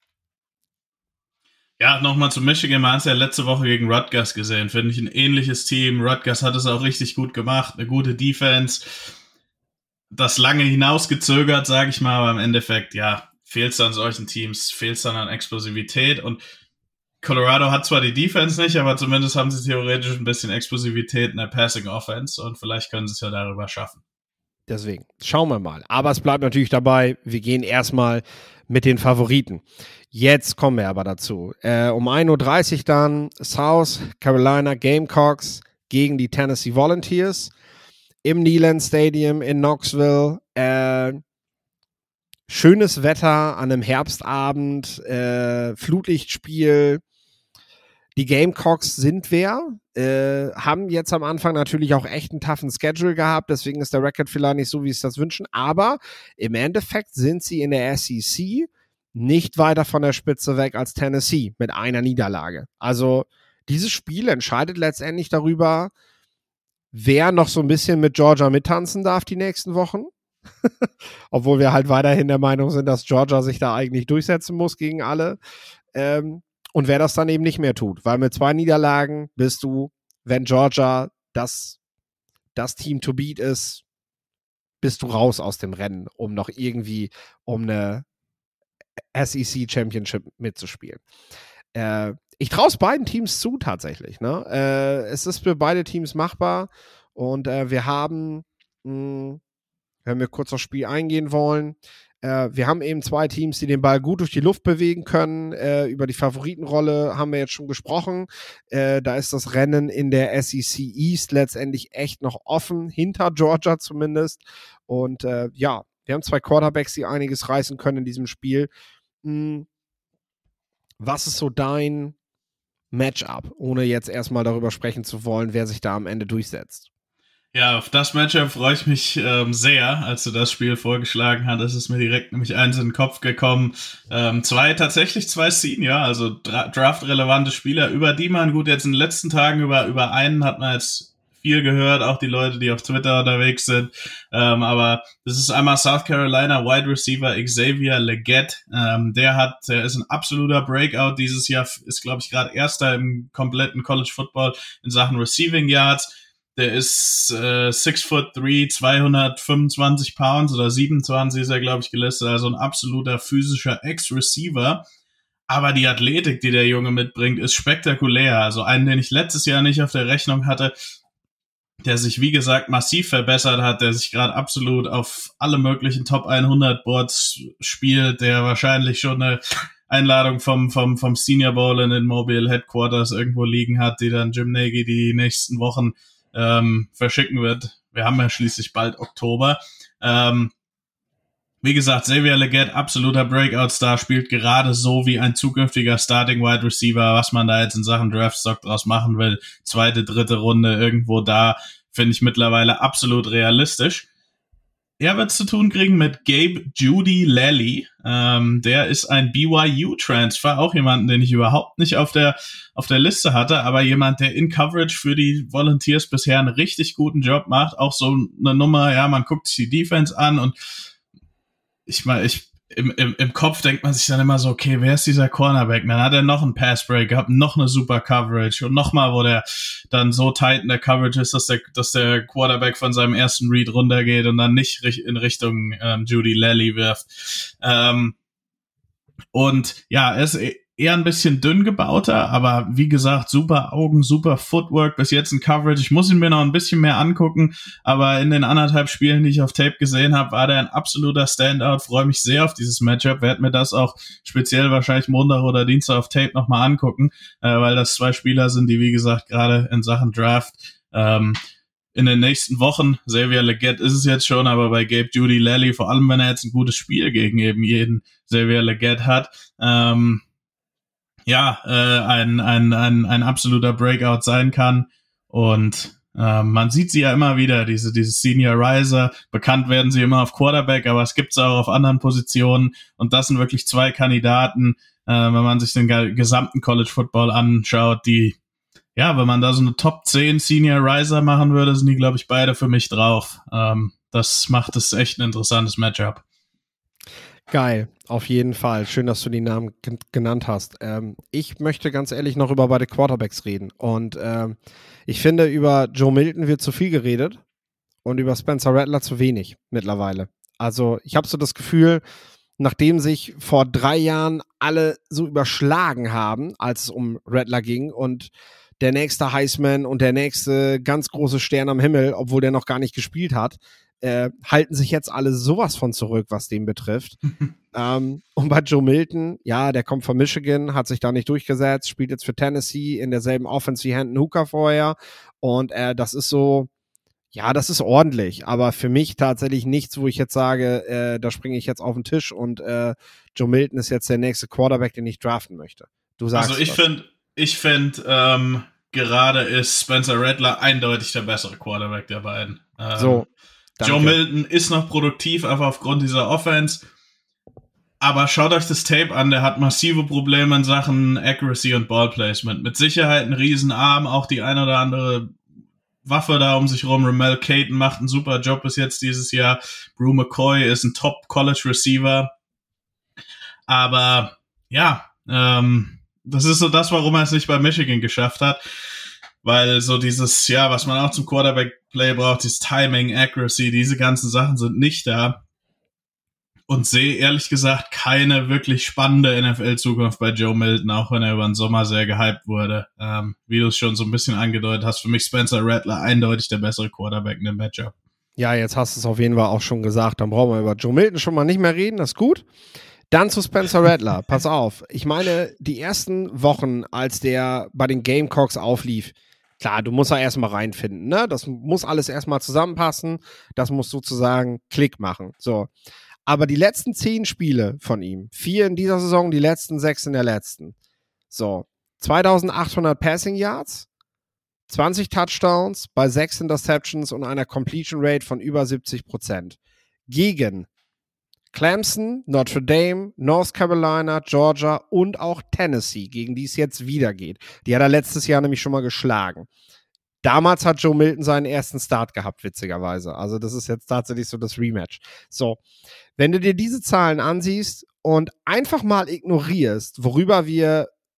Ja, nochmal zu Michigan, man hat es ja letzte Woche gegen Rutgers gesehen, finde ich ein ähnliches Team. Rutgers hat es auch richtig gut gemacht, eine gute Defense, das lange hinausgezögert, sage ich mal, aber im Endeffekt, ja, fehlt es an solchen Teams, fehlt es dann an Explosivität und Colorado hat zwar die Defense nicht, aber zumindest haben sie theoretisch ein bisschen Explosivität in der Passing Offense und vielleicht können sie es ja darüber schaffen. Deswegen, schauen wir mal. Aber es bleibt natürlich dabei, wir gehen erstmal mit den Favoriten. Jetzt kommen wir aber dazu. Äh, um ein Uhr dreißig dann South Carolina Gamecocks gegen die Tennessee Volunteers im Neyland Stadium in Knoxville. Äh, schönes Wetter an einem Herbstabend, äh, Flutlichtspiel. Die Gamecocks sind wer, äh, haben jetzt am Anfang natürlich auch echt einen toughen Schedule gehabt, deswegen ist der Record vielleicht nicht so, wie sie es das wünschen, aber im Endeffekt sind sie in der S E C nicht weiter von der Spitze weg als Tennessee mit einer Niederlage. Also dieses Spiel entscheidet letztendlich darüber, wer noch so ein bisschen mit Georgia mittanzen darf die nächsten Wochen. Obwohl wir halt weiterhin der Meinung sind, dass Georgia sich da eigentlich durchsetzen muss gegen alle. Ähm, Und wer das dann eben nicht mehr tut, weil mit zwei Niederlagen bist du, wenn Georgia das, das Team to beat ist, bist du raus aus dem Rennen, um noch irgendwie um eine S E C Championship mitzuspielen. Äh, ich traue es beiden Teams zu tatsächlich. Ne? Äh, es ist für beide Teams machbar und äh, wir haben, mh, wenn wir kurz aufs Spiel eingehen wollen, wir haben eben zwei Teams, die den Ball gut durch die Luft bewegen können. Äh, über die Favoritenrolle haben wir jetzt schon gesprochen. Äh, da ist das Rennen in der S E C East letztendlich echt noch offen, hinter Georgia zumindest. Und äh, ja, wir haben zwei Quarterbacks, die einiges reißen können in diesem Spiel. Hm. Was ist so dein Matchup, ohne jetzt erstmal darüber sprechen zu wollen, wer sich da am Ende durchsetzt? Ja, auf das Matchup freue ich mich ähm, sehr. Als du das Spiel vorgeschlagen hast, ist es mir direkt nämlich eins in den Kopf gekommen. Ähm, zwei, tatsächlich zwei Senior, also dra- draft-relevante Spieler, über die man, gut, jetzt in den letzten Tagen über, über einen hat man jetzt viel gehört, auch die Leute, die auf Twitter unterwegs sind. Ähm, aber das ist einmal South Carolina Wide Receiver Xavier Legette. Ähm, der hat, der ist ein absoluter Breakout dieses Jahr, ist, glaube ich, gerade Erster im kompletten College Football in Sachen Receiving Yards. Der ist äh, six foot three, zweihundertfünfundzwanzig Pounds oder siebenundzwanzig ist er, glaube ich, gelistet. Also ein absoluter physischer Ex-Receiver. Aber die Athletik, die der Junge mitbringt, ist spektakulär. Also einen, den ich letztes Jahr nicht auf der Rechnung hatte, der sich, wie gesagt, massiv verbessert hat, der sich gerade absolut auf alle möglichen Top hundert Boards spielt, der wahrscheinlich schon eine Einladung vom, vom, vom Senior Bowl in den Mobile Headquarters irgendwo liegen hat, die dann Jim Nagy die nächsten Wochen ähm, verschicken wird. Wir haben ja schließlich bald Oktober. Ähm, wie gesagt, Xavier Legette, absoluter Breakout-Star, spielt gerade so wie ein zukünftiger Starting Wide Receiver, was man da jetzt in Sachen Draftstock draus machen will. Zweite, dritte Runde, irgendwo da, finde ich mittlerweile absolut realistisch. Er wird zu tun kriegen mit Gabe Judy Lally. Ähm, der ist ein B Y U-Transfer, auch jemanden, den ich überhaupt nicht auf der auf der Liste hatte, aber jemand, der in Coverage für die Volunteers bisher einen richtig guten Job macht. Auch so eine Nummer, ja, man guckt sich die Defense an und ich meine, ich im, im, im Kopf denkt man sich dann immer so, okay, wer ist dieser Cornerback? Dann hat er noch einen Passbreak gehabt, noch eine super Coverage und nochmal, wo der dann so tight in der Coverage ist, dass der, dass der Quarterback von seinem ersten Read runtergeht und dann nicht in Richtung ähm, Judy Lally wirft. Ähm, und ja, er ist eher ein bisschen dünn gebauter, aber wie gesagt, super Augen, super Footwork, bis jetzt in Coverage. Ich muss ihn mir noch ein bisschen mehr angucken, aber in den anderthalb Spielen, die ich auf Tape gesehen habe, war der ein absoluter Standout. Freue mich sehr auf dieses Matchup, werde mir das auch speziell wahrscheinlich Montag oder Dienstag auf Tape nochmal angucken, äh, weil das zwei Spieler sind, die wie gesagt gerade in Sachen Draft ähm, in den nächsten Wochen, Xavier Legette ist es jetzt schon, aber bei Gabe Judy Lally, vor allem wenn er jetzt ein gutes Spiel gegen eben jeden Xavier Legette hat, ähm, ja, äh, ein, ein, ein, ein absoluter Breakout sein kann. Und äh, man sieht sie ja immer wieder, diese, diese Senior Riser. Bekannt werden sie immer auf Quarterback, aber es gibt es auch auf anderen Positionen. Und das sind wirklich zwei Kandidaten, äh, wenn man sich den gesamten College Football anschaut, die, ja, wenn man da so eine Top zehn Senior Riser machen würde, sind die, glaube ich, beide für mich drauf. Ähm, das macht es echt ein interessantes Matchup. Geil, auf jeden Fall. Schön, dass du die Namen g- genannt hast. Ähm, ich möchte ganz ehrlich noch über beide Quarterbacks reden. Und ähm, ich finde, über Joe Milton wird zu viel geredet und über Spencer Rattler zu wenig mittlerweile. Also ich habe so das Gefühl, nachdem sich vor drei Jahren alle so überschlagen haben, als es um Rattler ging und der nächste Heisman und der nächste ganz große Stern am Himmel, obwohl der noch gar nicht gespielt hat, Äh, halten sich jetzt alle sowas von zurück, was den betrifft. ähm, und bei Joe Milton, ja, der kommt von Michigan, hat sich da nicht durchgesetzt, spielt jetzt für Tennessee in derselben Offense wie Hendon Hooker vorher. Und äh, das ist so, ja, das ist ordentlich, aber für mich tatsächlich nichts, wo ich jetzt sage, äh, da springe ich jetzt auf den Tisch und äh, Joe Milton ist jetzt der nächste Quarterback, den ich draften möchte. Du sagst Also ich finde, ich finde, ähm, gerade ist Spencer Rattler eindeutig der bessere Quarterback der beiden. Ähm, so. Danke. Joe Milton ist noch produktiv, einfach aufgrund dieser Offense. Aber schaut euch das Tape an, der hat massive Probleme in Sachen Accuracy und Ballplacement. Mit Sicherheit ein Riesenarm, auch die eine oder andere Waffe da um sich rum. Ramel Caton macht einen super Job bis jetzt dieses Jahr. Brew McCoy ist ein Top-College-Receiver. Aber ja, ähm, das ist so das, warum er es nicht bei Michigan geschafft hat. Weil so dieses, ja, was man auch zum Quarterback-Play braucht, dieses Timing, Accuracy, diese ganzen Sachen sind nicht da. Und sehe ehrlich gesagt keine wirklich spannende N F L-Zukunft bei Joe Milton, auch wenn er über den Sommer sehr gehypt wurde. Ähm, wie du es schon so ein bisschen angedeutet hast, für mich Spencer Rattler eindeutig der bessere Quarterback in dem Matchup. Ja, jetzt hast du es auf jeden Fall auch schon gesagt. Dann brauchen wir über Joe Milton schon mal nicht mehr reden, das ist gut. Dann zu Spencer Rattler, pass auf. Ich meine, die ersten Wochen, als der bei den Gamecocks auflief, klar, du musst da erstmal reinfinden, ne? Das muss alles erstmal zusammenpassen. Das muss sozusagen Klick machen. So. Aber die letzten zehn Spiele von ihm, vier in dieser Saison, die letzten sechs in der letzten. So. zweitausendachthundert Passing Yards, zwanzig Touchdowns bei sechs Interceptions und einer Completion Rate von über siebzig Prozent. Gegen Clemson, Notre Dame, North Carolina, Georgia und auch Tennessee, gegen die es jetzt wieder geht. Die hat er letztes Jahr nämlich schon mal geschlagen. Damals hat Joe Milton seinen ersten Start gehabt, witzigerweise. Also das ist jetzt tatsächlich so das Rematch. So, wenn du dir diese Zahlen ansiehst und einfach mal ignorierst, worüber wir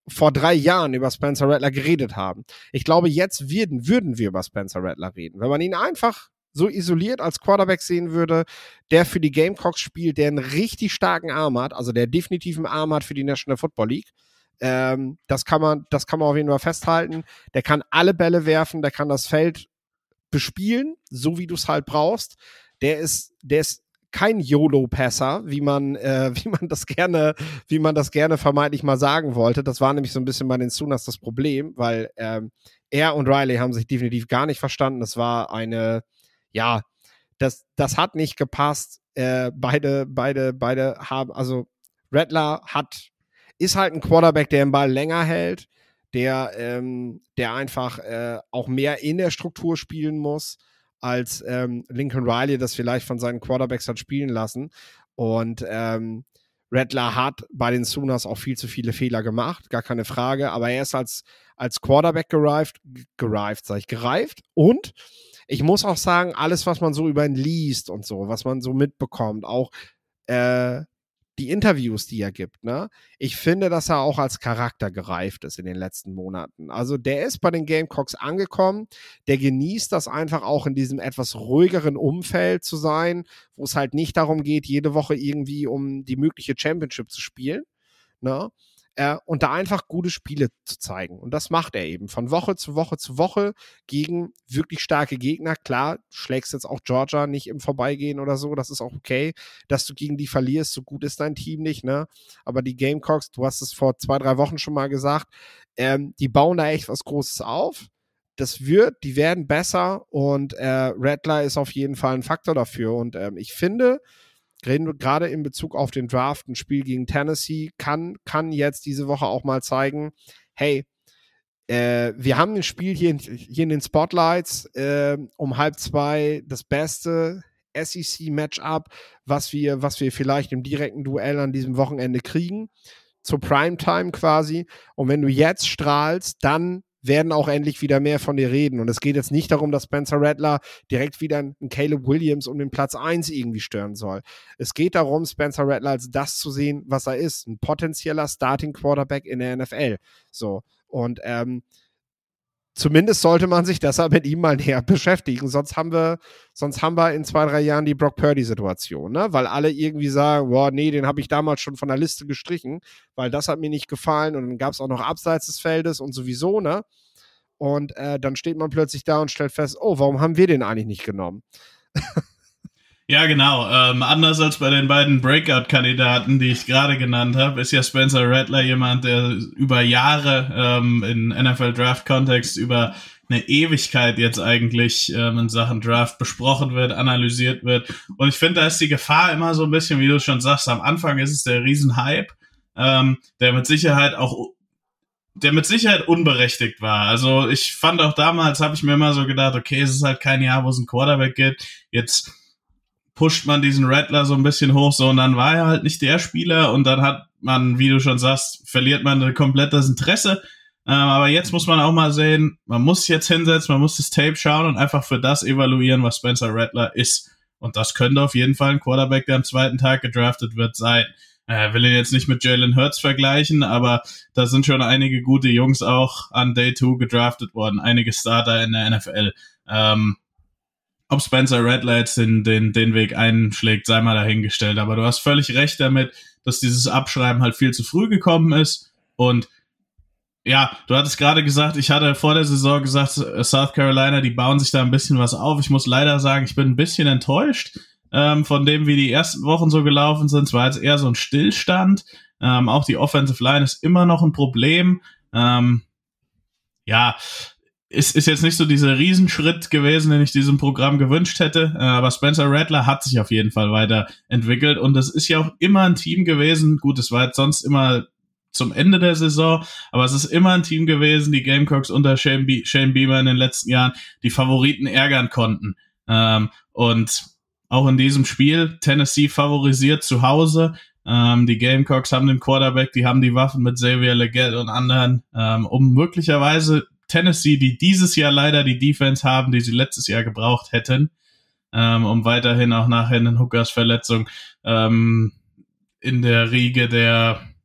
vor drei Jahren über Spencer Rattler geredet haben. Ich glaube, jetzt würden, würden wir über Spencer Rattler reden. Wenn man ihn einfach so isoliert als Quarterback sehen würde, der für die Gamecocks spielt, der einen richtig starken Arm hat, also der definitiv einen Arm hat für die National Football League. Ähm, das kann man, das kann man auf jeden Fall festhalten. Der kann alle Bälle werfen, der kann das Feld bespielen, so wie du es halt brauchst. Der ist, der ist kein YOLO-Passer, wie man, äh, wie man das gerne, wie man das gerne vermeintlich mal sagen wollte. Das war nämlich so ein bisschen bei den Sooners das Problem, weil ähm, er und Riley haben sich definitiv gar nicht verstanden. Das war eine, ja, das, das hat nicht gepasst. Äh, beide, beide, beide haben, also Rattler hat, ist halt ein Quarterback, der den Ball länger hält, der, ähm, der einfach äh, auch mehr in der Struktur spielen muss, als ähm, Lincoln Riley das vielleicht von seinen Quarterbacks hat spielen lassen. Und ähm, Rattler hat bei den Sooners auch viel zu viele Fehler gemacht, gar keine Frage, aber er ist als, als Quarterback gereift, gereift, sag ich, gereift. Und ich muss auch sagen, alles, was man so über ihn liest und so, was man so mitbekommt, auch äh, die Interviews, die er gibt, ne? Ich finde, dass er auch als Charakter gereift ist in den letzten Monaten. Also der ist bei den Gamecocks angekommen, der genießt das einfach auch in diesem etwas ruhigeren Umfeld zu sein, wo es halt nicht darum geht, jede Woche irgendwie um die mögliche Championship zu spielen, ne? Äh, und da einfach gute Spiele zu zeigen. Und das macht er eben von Woche zu Woche zu Woche gegen wirklich starke Gegner. Klar, schlägst jetzt auch Georgia nicht im Vorbeigehen oder so, das ist auch okay, dass du gegen die verlierst, so gut ist dein Team nicht, ne? Aber die Gamecocks, du hast es vor zwei, drei Wochen schon mal gesagt, ähm, die bauen da echt was Großes auf. Das wird, die werden besser und äh, Rattler ist auf jeden Fall ein Faktor dafür. Und ähm, ich finde, gerade in Bezug auf den Draft, ein Spiel gegen Tennessee kann, kann jetzt diese Woche auch mal zeigen, hey, äh, wir haben ein Spiel hier in, hier in den Spotlights äh, um halb zwei, das beste S E C-Matchup, was wir, was wir vielleicht im direkten Duell an diesem Wochenende kriegen, zur Primetime quasi. Und wenn du jetzt strahlst, dann werden auch endlich wieder mehr von dir reden. Und es geht jetzt nicht darum, dass Spencer Rattler direkt wieder einen Caleb Williams um den Platz eins irgendwie stören soll. Es geht darum, Spencer Rattler als das zu sehen, was er ist. Ein potenzieller Starting Quarterback in der N F L. So. Und ähm, zumindest sollte man sich deshalb mit ihm mal näher beschäftigen. Sonst haben wir, sonst haben wir in zwei, drei Jahren die Brock Purdy-Situation, ne? Weil alle irgendwie sagen, boah, nee, den habe ich damals schon von der Liste gestrichen, weil das hat mir nicht gefallen und dann gab es auch noch abseits des Feldes und sowieso, ne? Und äh, dann steht man plötzlich da und stellt fest, oh, warum haben wir den eigentlich nicht genommen? Ja, genau. Ähm, anders als bei den beiden Breakout-Kandidaten, die ich gerade genannt habe, ist ja Spencer Rattler jemand, der über Jahre ähm, in N F L-Draft-Kontext über eine Ewigkeit jetzt eigentlich ähm, in Sachen Draft besprochen wird, analysiert wird. Und ich finde, da ist die Gefahr immer so ein bisschen, wie du schon sagst, am Anfang ist es der Riesenhype, ähm, der mit Sicherheit auch der mit Sicherheit unberechtigt war. Also ich fand auch damals, habe ich mir immer so gedacht, okay, es ist halt kein Jahr, wo es einen Quarterback gibt. Jetzt pusht man diesen Rattler so ein bisschen hoch, so, und dann war er halt nicht der Spieler und dann hat man, wie du schon sagst, verliert man komplett das Interesse. Ähm, aber jetzt muss man auch mal sehen, man muss jetzt hinsetzen, man muss das Tape schauen und einfach für das evaluieren, was Spencer Rattler ist. Und das könnte auf jeden Fall ein Quarterback, der am zweiten Tag gedraftet wird, sein. Ich will ihn jetzt nicht mit Jalen Hurts vergleichen, aber da sind schon einige gute Jungs auch an Day zwei gedraftet worden, einige Starter in der N F L. Ähm, ob Spencer Rattler jetzt den, den, den Weg einschlägt, sei mal dahingestellt. Aber du hast völlig recht damit, dass dieses Abschreiben halt viel zu früh gekommen ist. Und ja, du hattest gerade gesagt, ich hatte vor der Saison gesagt, South Carolina, die bauen sich da ein bisschen was auf. Ich muss leider sagen, ich bin ein bisschen enttäuscht ähm, von dem, wie die ersten Wochen so gelaufen sind. Es war jetzt eher so ein Stillstand. Ähm, auch die Offensive Line ist immer noch ein Problem. Ähm, ja, ist, ist jetzt nicht so dieser Riesenschritt gewesen, den ich diesem Programm gewünscht hätte. Äh, aber Spencer Rattler hat sich auf jeden Fall weiterentwickelt. Und das ist ja auch immer ein Team gewesen. Gut, es war jetzt sonst immer zum Ende der Saison, aber es ist immer ein Team gewesen, die Gamecocks unter Shane, Be- Shane Beamer in den letzten Jahren die Favoriten ärgern konnten. Ähm, und auch in diesem Spiel, Tennessee favorisiert zu Hause. Ähm, die Gamecocks haben den Quarterback, die haben die Waffen mit Xavier Legette und anderen, ähm, um möglicherweise Tennessee, die dieses Jahr leider die Defense haben, die sie letztes Jahr gebraucht hätten, ähm, um weiterhin auch nach Hendon Hookers Verletzung ähm, in der Riege der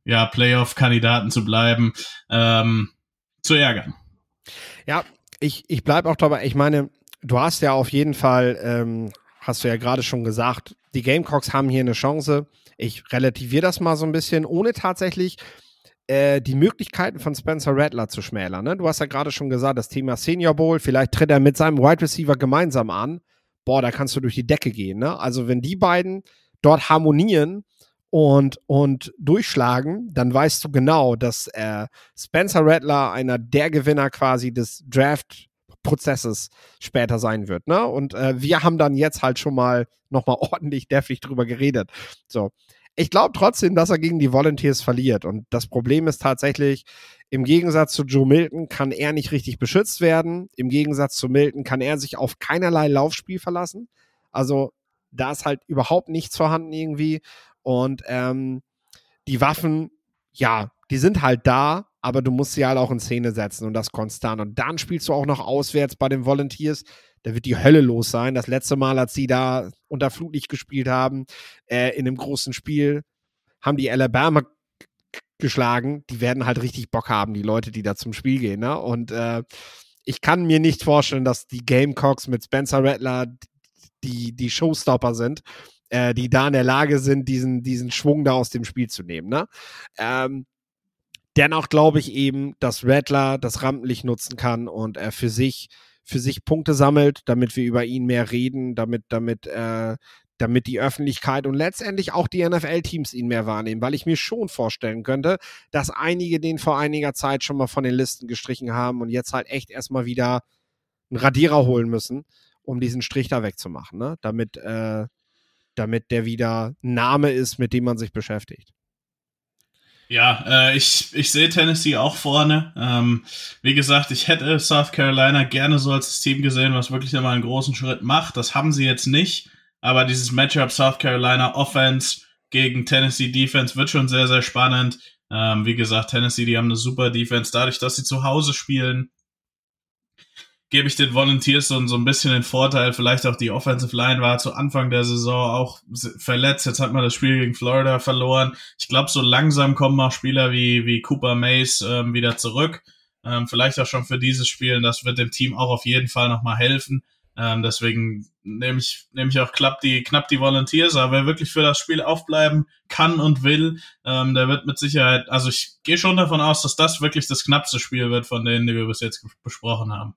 ja, Playoff-Kandidaten zu bleiben, ähm, zu ärgern. Ja, ich, ich bleibe auch dabei. Ich meine, du hast ja auf jeden Fall, ähm, hast du ja gerade schon gesagt, die Gamecocks haben hier eine Chance. Ich relativiere das mal so ein bisschen, ohne tatsächlich äh, die Möglichkeiten von Spencer Rattler zu schmälern. Ne? Du hast ja gerade schon gesagt, das Thema Senior Bowl, vielleicht tritt er mit seinem Wide Receiver gemeinsam an. Boah, da kannst du durch die Decke gehen. Ne? Also wenn die beiden dort harmonieren und, und durchschlagen, dann weißt du genau, dass äh, Spencer Rattler einer der Gewinner quasi des Draft-Prozesses später sein wird. Ne? Und äh, wir haben dann jetzt halt schon mal nochmal ordentlich deftig drüber geredet. So. Ich glaube trotzdem, dass er gegen die Volunteers verliert. Und das Problem ist tatsächlich, im Gegensatz zu Joe Milton kann er nicht richtig beschützt werden. Im Gegensatz zu Milton kann er sich auf keinerlei Laufspiel verlassen. Also da ist halt überhaupt nichts vorhanden irgendwie. Und ähm, die Waffen, ja, die sind halt da, aber du musst sie halt auch in Szene setzen und das konstant. Und dann spielst du auch noch auswärts bei den Volunteers. Da wird die Hölle los sein. Das letzte Mal, als sie da unter Flutlicht gespielt haben, äh, in einem großen Spiel, haben die Alabama geschlagen. Die werden halt richtig Bock haben, die Leute, die da zum Spiel gehen. Ne? Und äh, ich kann mir nicht vorstellen, dass die Gamecocks mit Spencer Rattler die, die Showstopper sind, äh, die da in der Lage sind, diesen, diesen Schwung da aus dem Spiel zu nehmen. Ne? Ähm, dennoch glaube ich eben, dass Rattler das Rampenlicht nutzen kann und er für sich für sich Punkte sammelt, damit wir über ihn mehr reden, damit, damit, äh, damit die Öffentlichkeit und letztendlich auch die N F L-Teams ihn mehr wahrnehmen, weil ich mir schon vorstellen könnte, dass einige den vor einiger Zeit schon mal von den Listen gestrichen haben und jetzt halt echt erstmal wieder einen Radierer holen müssen, um diesen Strich da wegzumachen, ne? Damit, äh, damit der wieder ein Name ist, mit dem man sich beschäftigt. Ja, äh, ich, ich sehe Tennessee auch vorne. Ähm, wie gesagt, ich hätte South Carolina gerne so als Team gesehen, was wirklich immer einen großen Schritt macht. Das haben sie jetzt nicht. Aber dieses Matchup South Carolina Offense gegen Tennessee Defense wird schon sehr, sehr spannend. Ähm, wie gesagt, Tennessee, die haben eine super Defense. Dadurch, dass sie zu Hause spielen, gebe ich den Volunteers so, so ein bisschen den Vorteil. Vielleicht auch die Offensive Line war zu Anfang der Saison auch verletzt. Jetzt hat man das Spiel gegen Florida verloren. Ich glaube, so langsam kommen auch Spieler wie, wie Cooper Mays ähm, wieder zurück. Ähm, vielleicht auch schon für dieses Spiel. Das wird dem Team auch auf jeden Fall nochmal helfen. Ähm, deswegen nehme ich, nehme ich auch knapp die, knapp die Volunteers. Aber wer wirklich für das Spiel aufbleiben kann und will, ähm, der wird mit Sicherheit, also ich gehe schon davon aus, dass das wirklich das knappste Spiel wird von denen, die wir bis jetzt besprochen haben.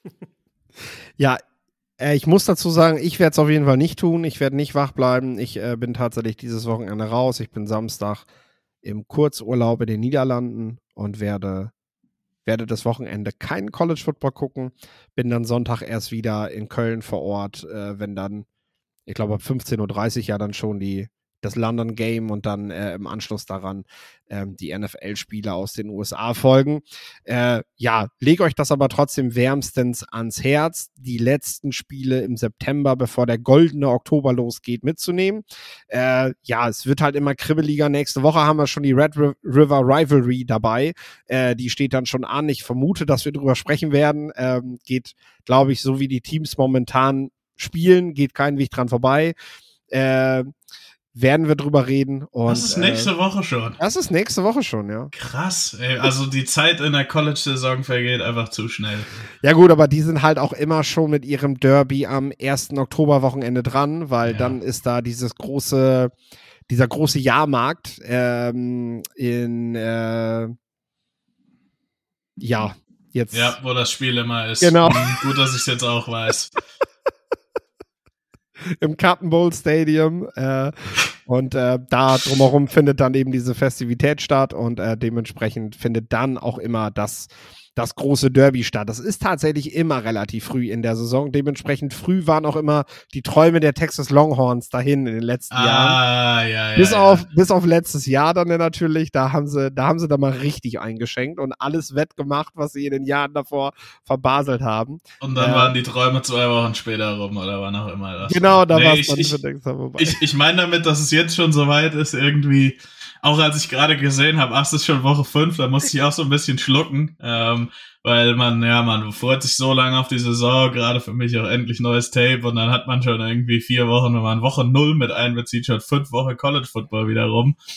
Ja, äh, ich muss dazu sagen, ich werde es auf jeden Fall nicht tun. Ich werde nicht wach bleiben. Ich äh, bin tatsächlich dieses Wochenende raus. Ich bin Samstag im Kurzurlaub in den Niederlanden und werde, werde das Wochenende keinen College Football gucken. Bin dann Sonntag erst wieder in Köln vor Ort, äh, wenn dann, ich glaube ab fünfzehn Uhr dreißig ja dann schon die das London Game und dann äh, im Anschluss daran ähm, die N F L-Spiele aus den U S A folgen. Äh, ja, leg euch das aber trotzdem wärmstens ans Herz, die letzten Spiele im September, bevor der goldene Oktober losgeht, mitzunehmen. Äh, ja, es wird halt immer kribbeliger. Nächste Woche haben wir schon die Red River Rivalry dabei. Äh, die steht dann schon an. Ich vermute, dass wir drüber sprechen werden. Ähm, geht, glaube ich, so wie die Teams momentan spielen, geht kein Weg dran vorbei. Äh, werden wir drüber reden. Und, das ist nächste äh, Woche schon. Das ist nächste Woche schon, ja. Krass, ey. Also die Zeit in der College-Saison vergeht einfach zu schnell. Ja gut, aber die sind halt auch immer schon mit ihrem Derby am ersten Oktoberwochenende dran, weil ja. Dann ist da dieses große, dieser große Jahrmarkt ähm, in äh, ja, jetzt. Ja, wo das Spiel immer ist. Genau. Hm, gut, dass ich es jetzt auch weiß. Im Cotton Bowl Stadium äh, und äh, da drumherum findet dann eben diese Festivität statt und äh, dementsprechend findet dann auch immer das, das große Derby statt. Das ist tatsächlich immer relativ früh in der Saison. Dementsprechend früh waren auch immer die Träume der Texas Longhorns dahin in den letzten ah, Jahren. Ja, ja, bis, ja. auf, bis auf letztes Jahr dann natürlich, da haben sie, da haben sie dann mal richtig eingeschenkt und alles wettgemacht, was sie in den Jahren davor verbaselt haben. Und dann äh, waren die Träume zwei Wochen später rum oder wann auch immer das. Genau, da nee, war es dann ich, für Texas vorbei. Ich, ich meine damit, dass es jetzt schon so weit ist, irgendwie, auch als ich gerade gesehen habe, ach, es ist schon Woche fünf, da musste ich auch so ein bisschen schlucken, ähm, weil man, ja, man freut sich so lange auf die Saison, gerade für mich auch endlich neues Tape und dann hat man schon irgendwie vier Wochen, wenn man Woche null mit einbezieht, schon fünf Wochen College Football wieder rum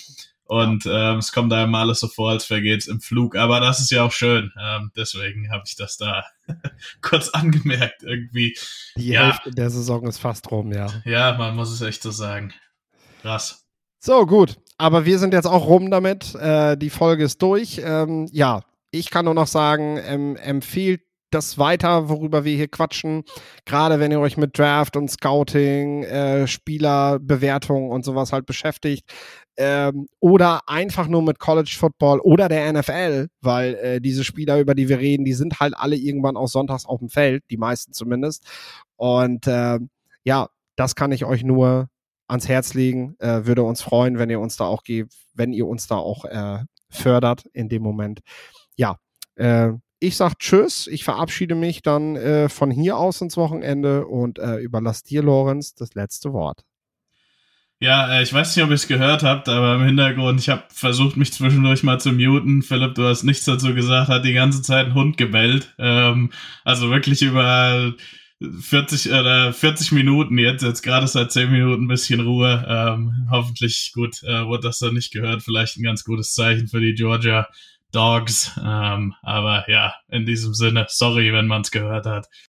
Und ja. ähm, es kommt einem alles so vor, als wäre es im Flug. Aber das ist ja auch schön. Ähm, deswegen habe ich das da kurz angemerkt irgendwie. Die ja. Hälfte der Saison ist fast rum, ja. Ja, man muss es echt so sagen. Krass. So, gut. Aber wir sind jetzt auch rum damit. Äh, die Folge ist durch. Ähm, ja, ich kann nur noch sagen, ähm, empfiehlt das weiter, worüber wir hier quatschen. Gerade wenn ihr euch mit Draft und Scouting, äh, Spielerbewertung und sowas halt beschäftigt. Ähm, oder einfach nur mit College Football oder der N F L, weil äh, diese Spieler, über die wir reden, die sind halt alle irgendwann auch sonntags auf dem Feld, die meisten zumindest. Und äh, ja, das kann ich euch nur ans Herz legen. Äh, würde uns freuen, wenn ihr uns da auch gebt, wenn ihr uns da auch äh, fördert in dem Moment. Ja, äh, ich sag Tschüss, ich verabschiede mich dann äh, von hier aus ins Wochenende und äh, überlasse dir, Lorenz, das letzte Wort. Ja, äh, ich weiß nicht, ob ihr es gehört habt, aber im Hintergrund, ich habe versucht, mich zwischendurch mal zu muten. Philipp, du hast nichts dazu gesagt, hat die ganze Zeit ein Hund gebellt. Ähm, also wirklich über vierzig oder vierzig Minuten jetzt, jetzt gerade seit zehn Minuten ein bisschen Ruhe. Ähm, hoffentlich, gut, äh, wurde das dann nicht gehört. Vielleicht ein ganz gutes Zeichen für die Georgia Dogs. Ähm, aber ja, in diesem Sinne, sorry, wenn man es gehört hat.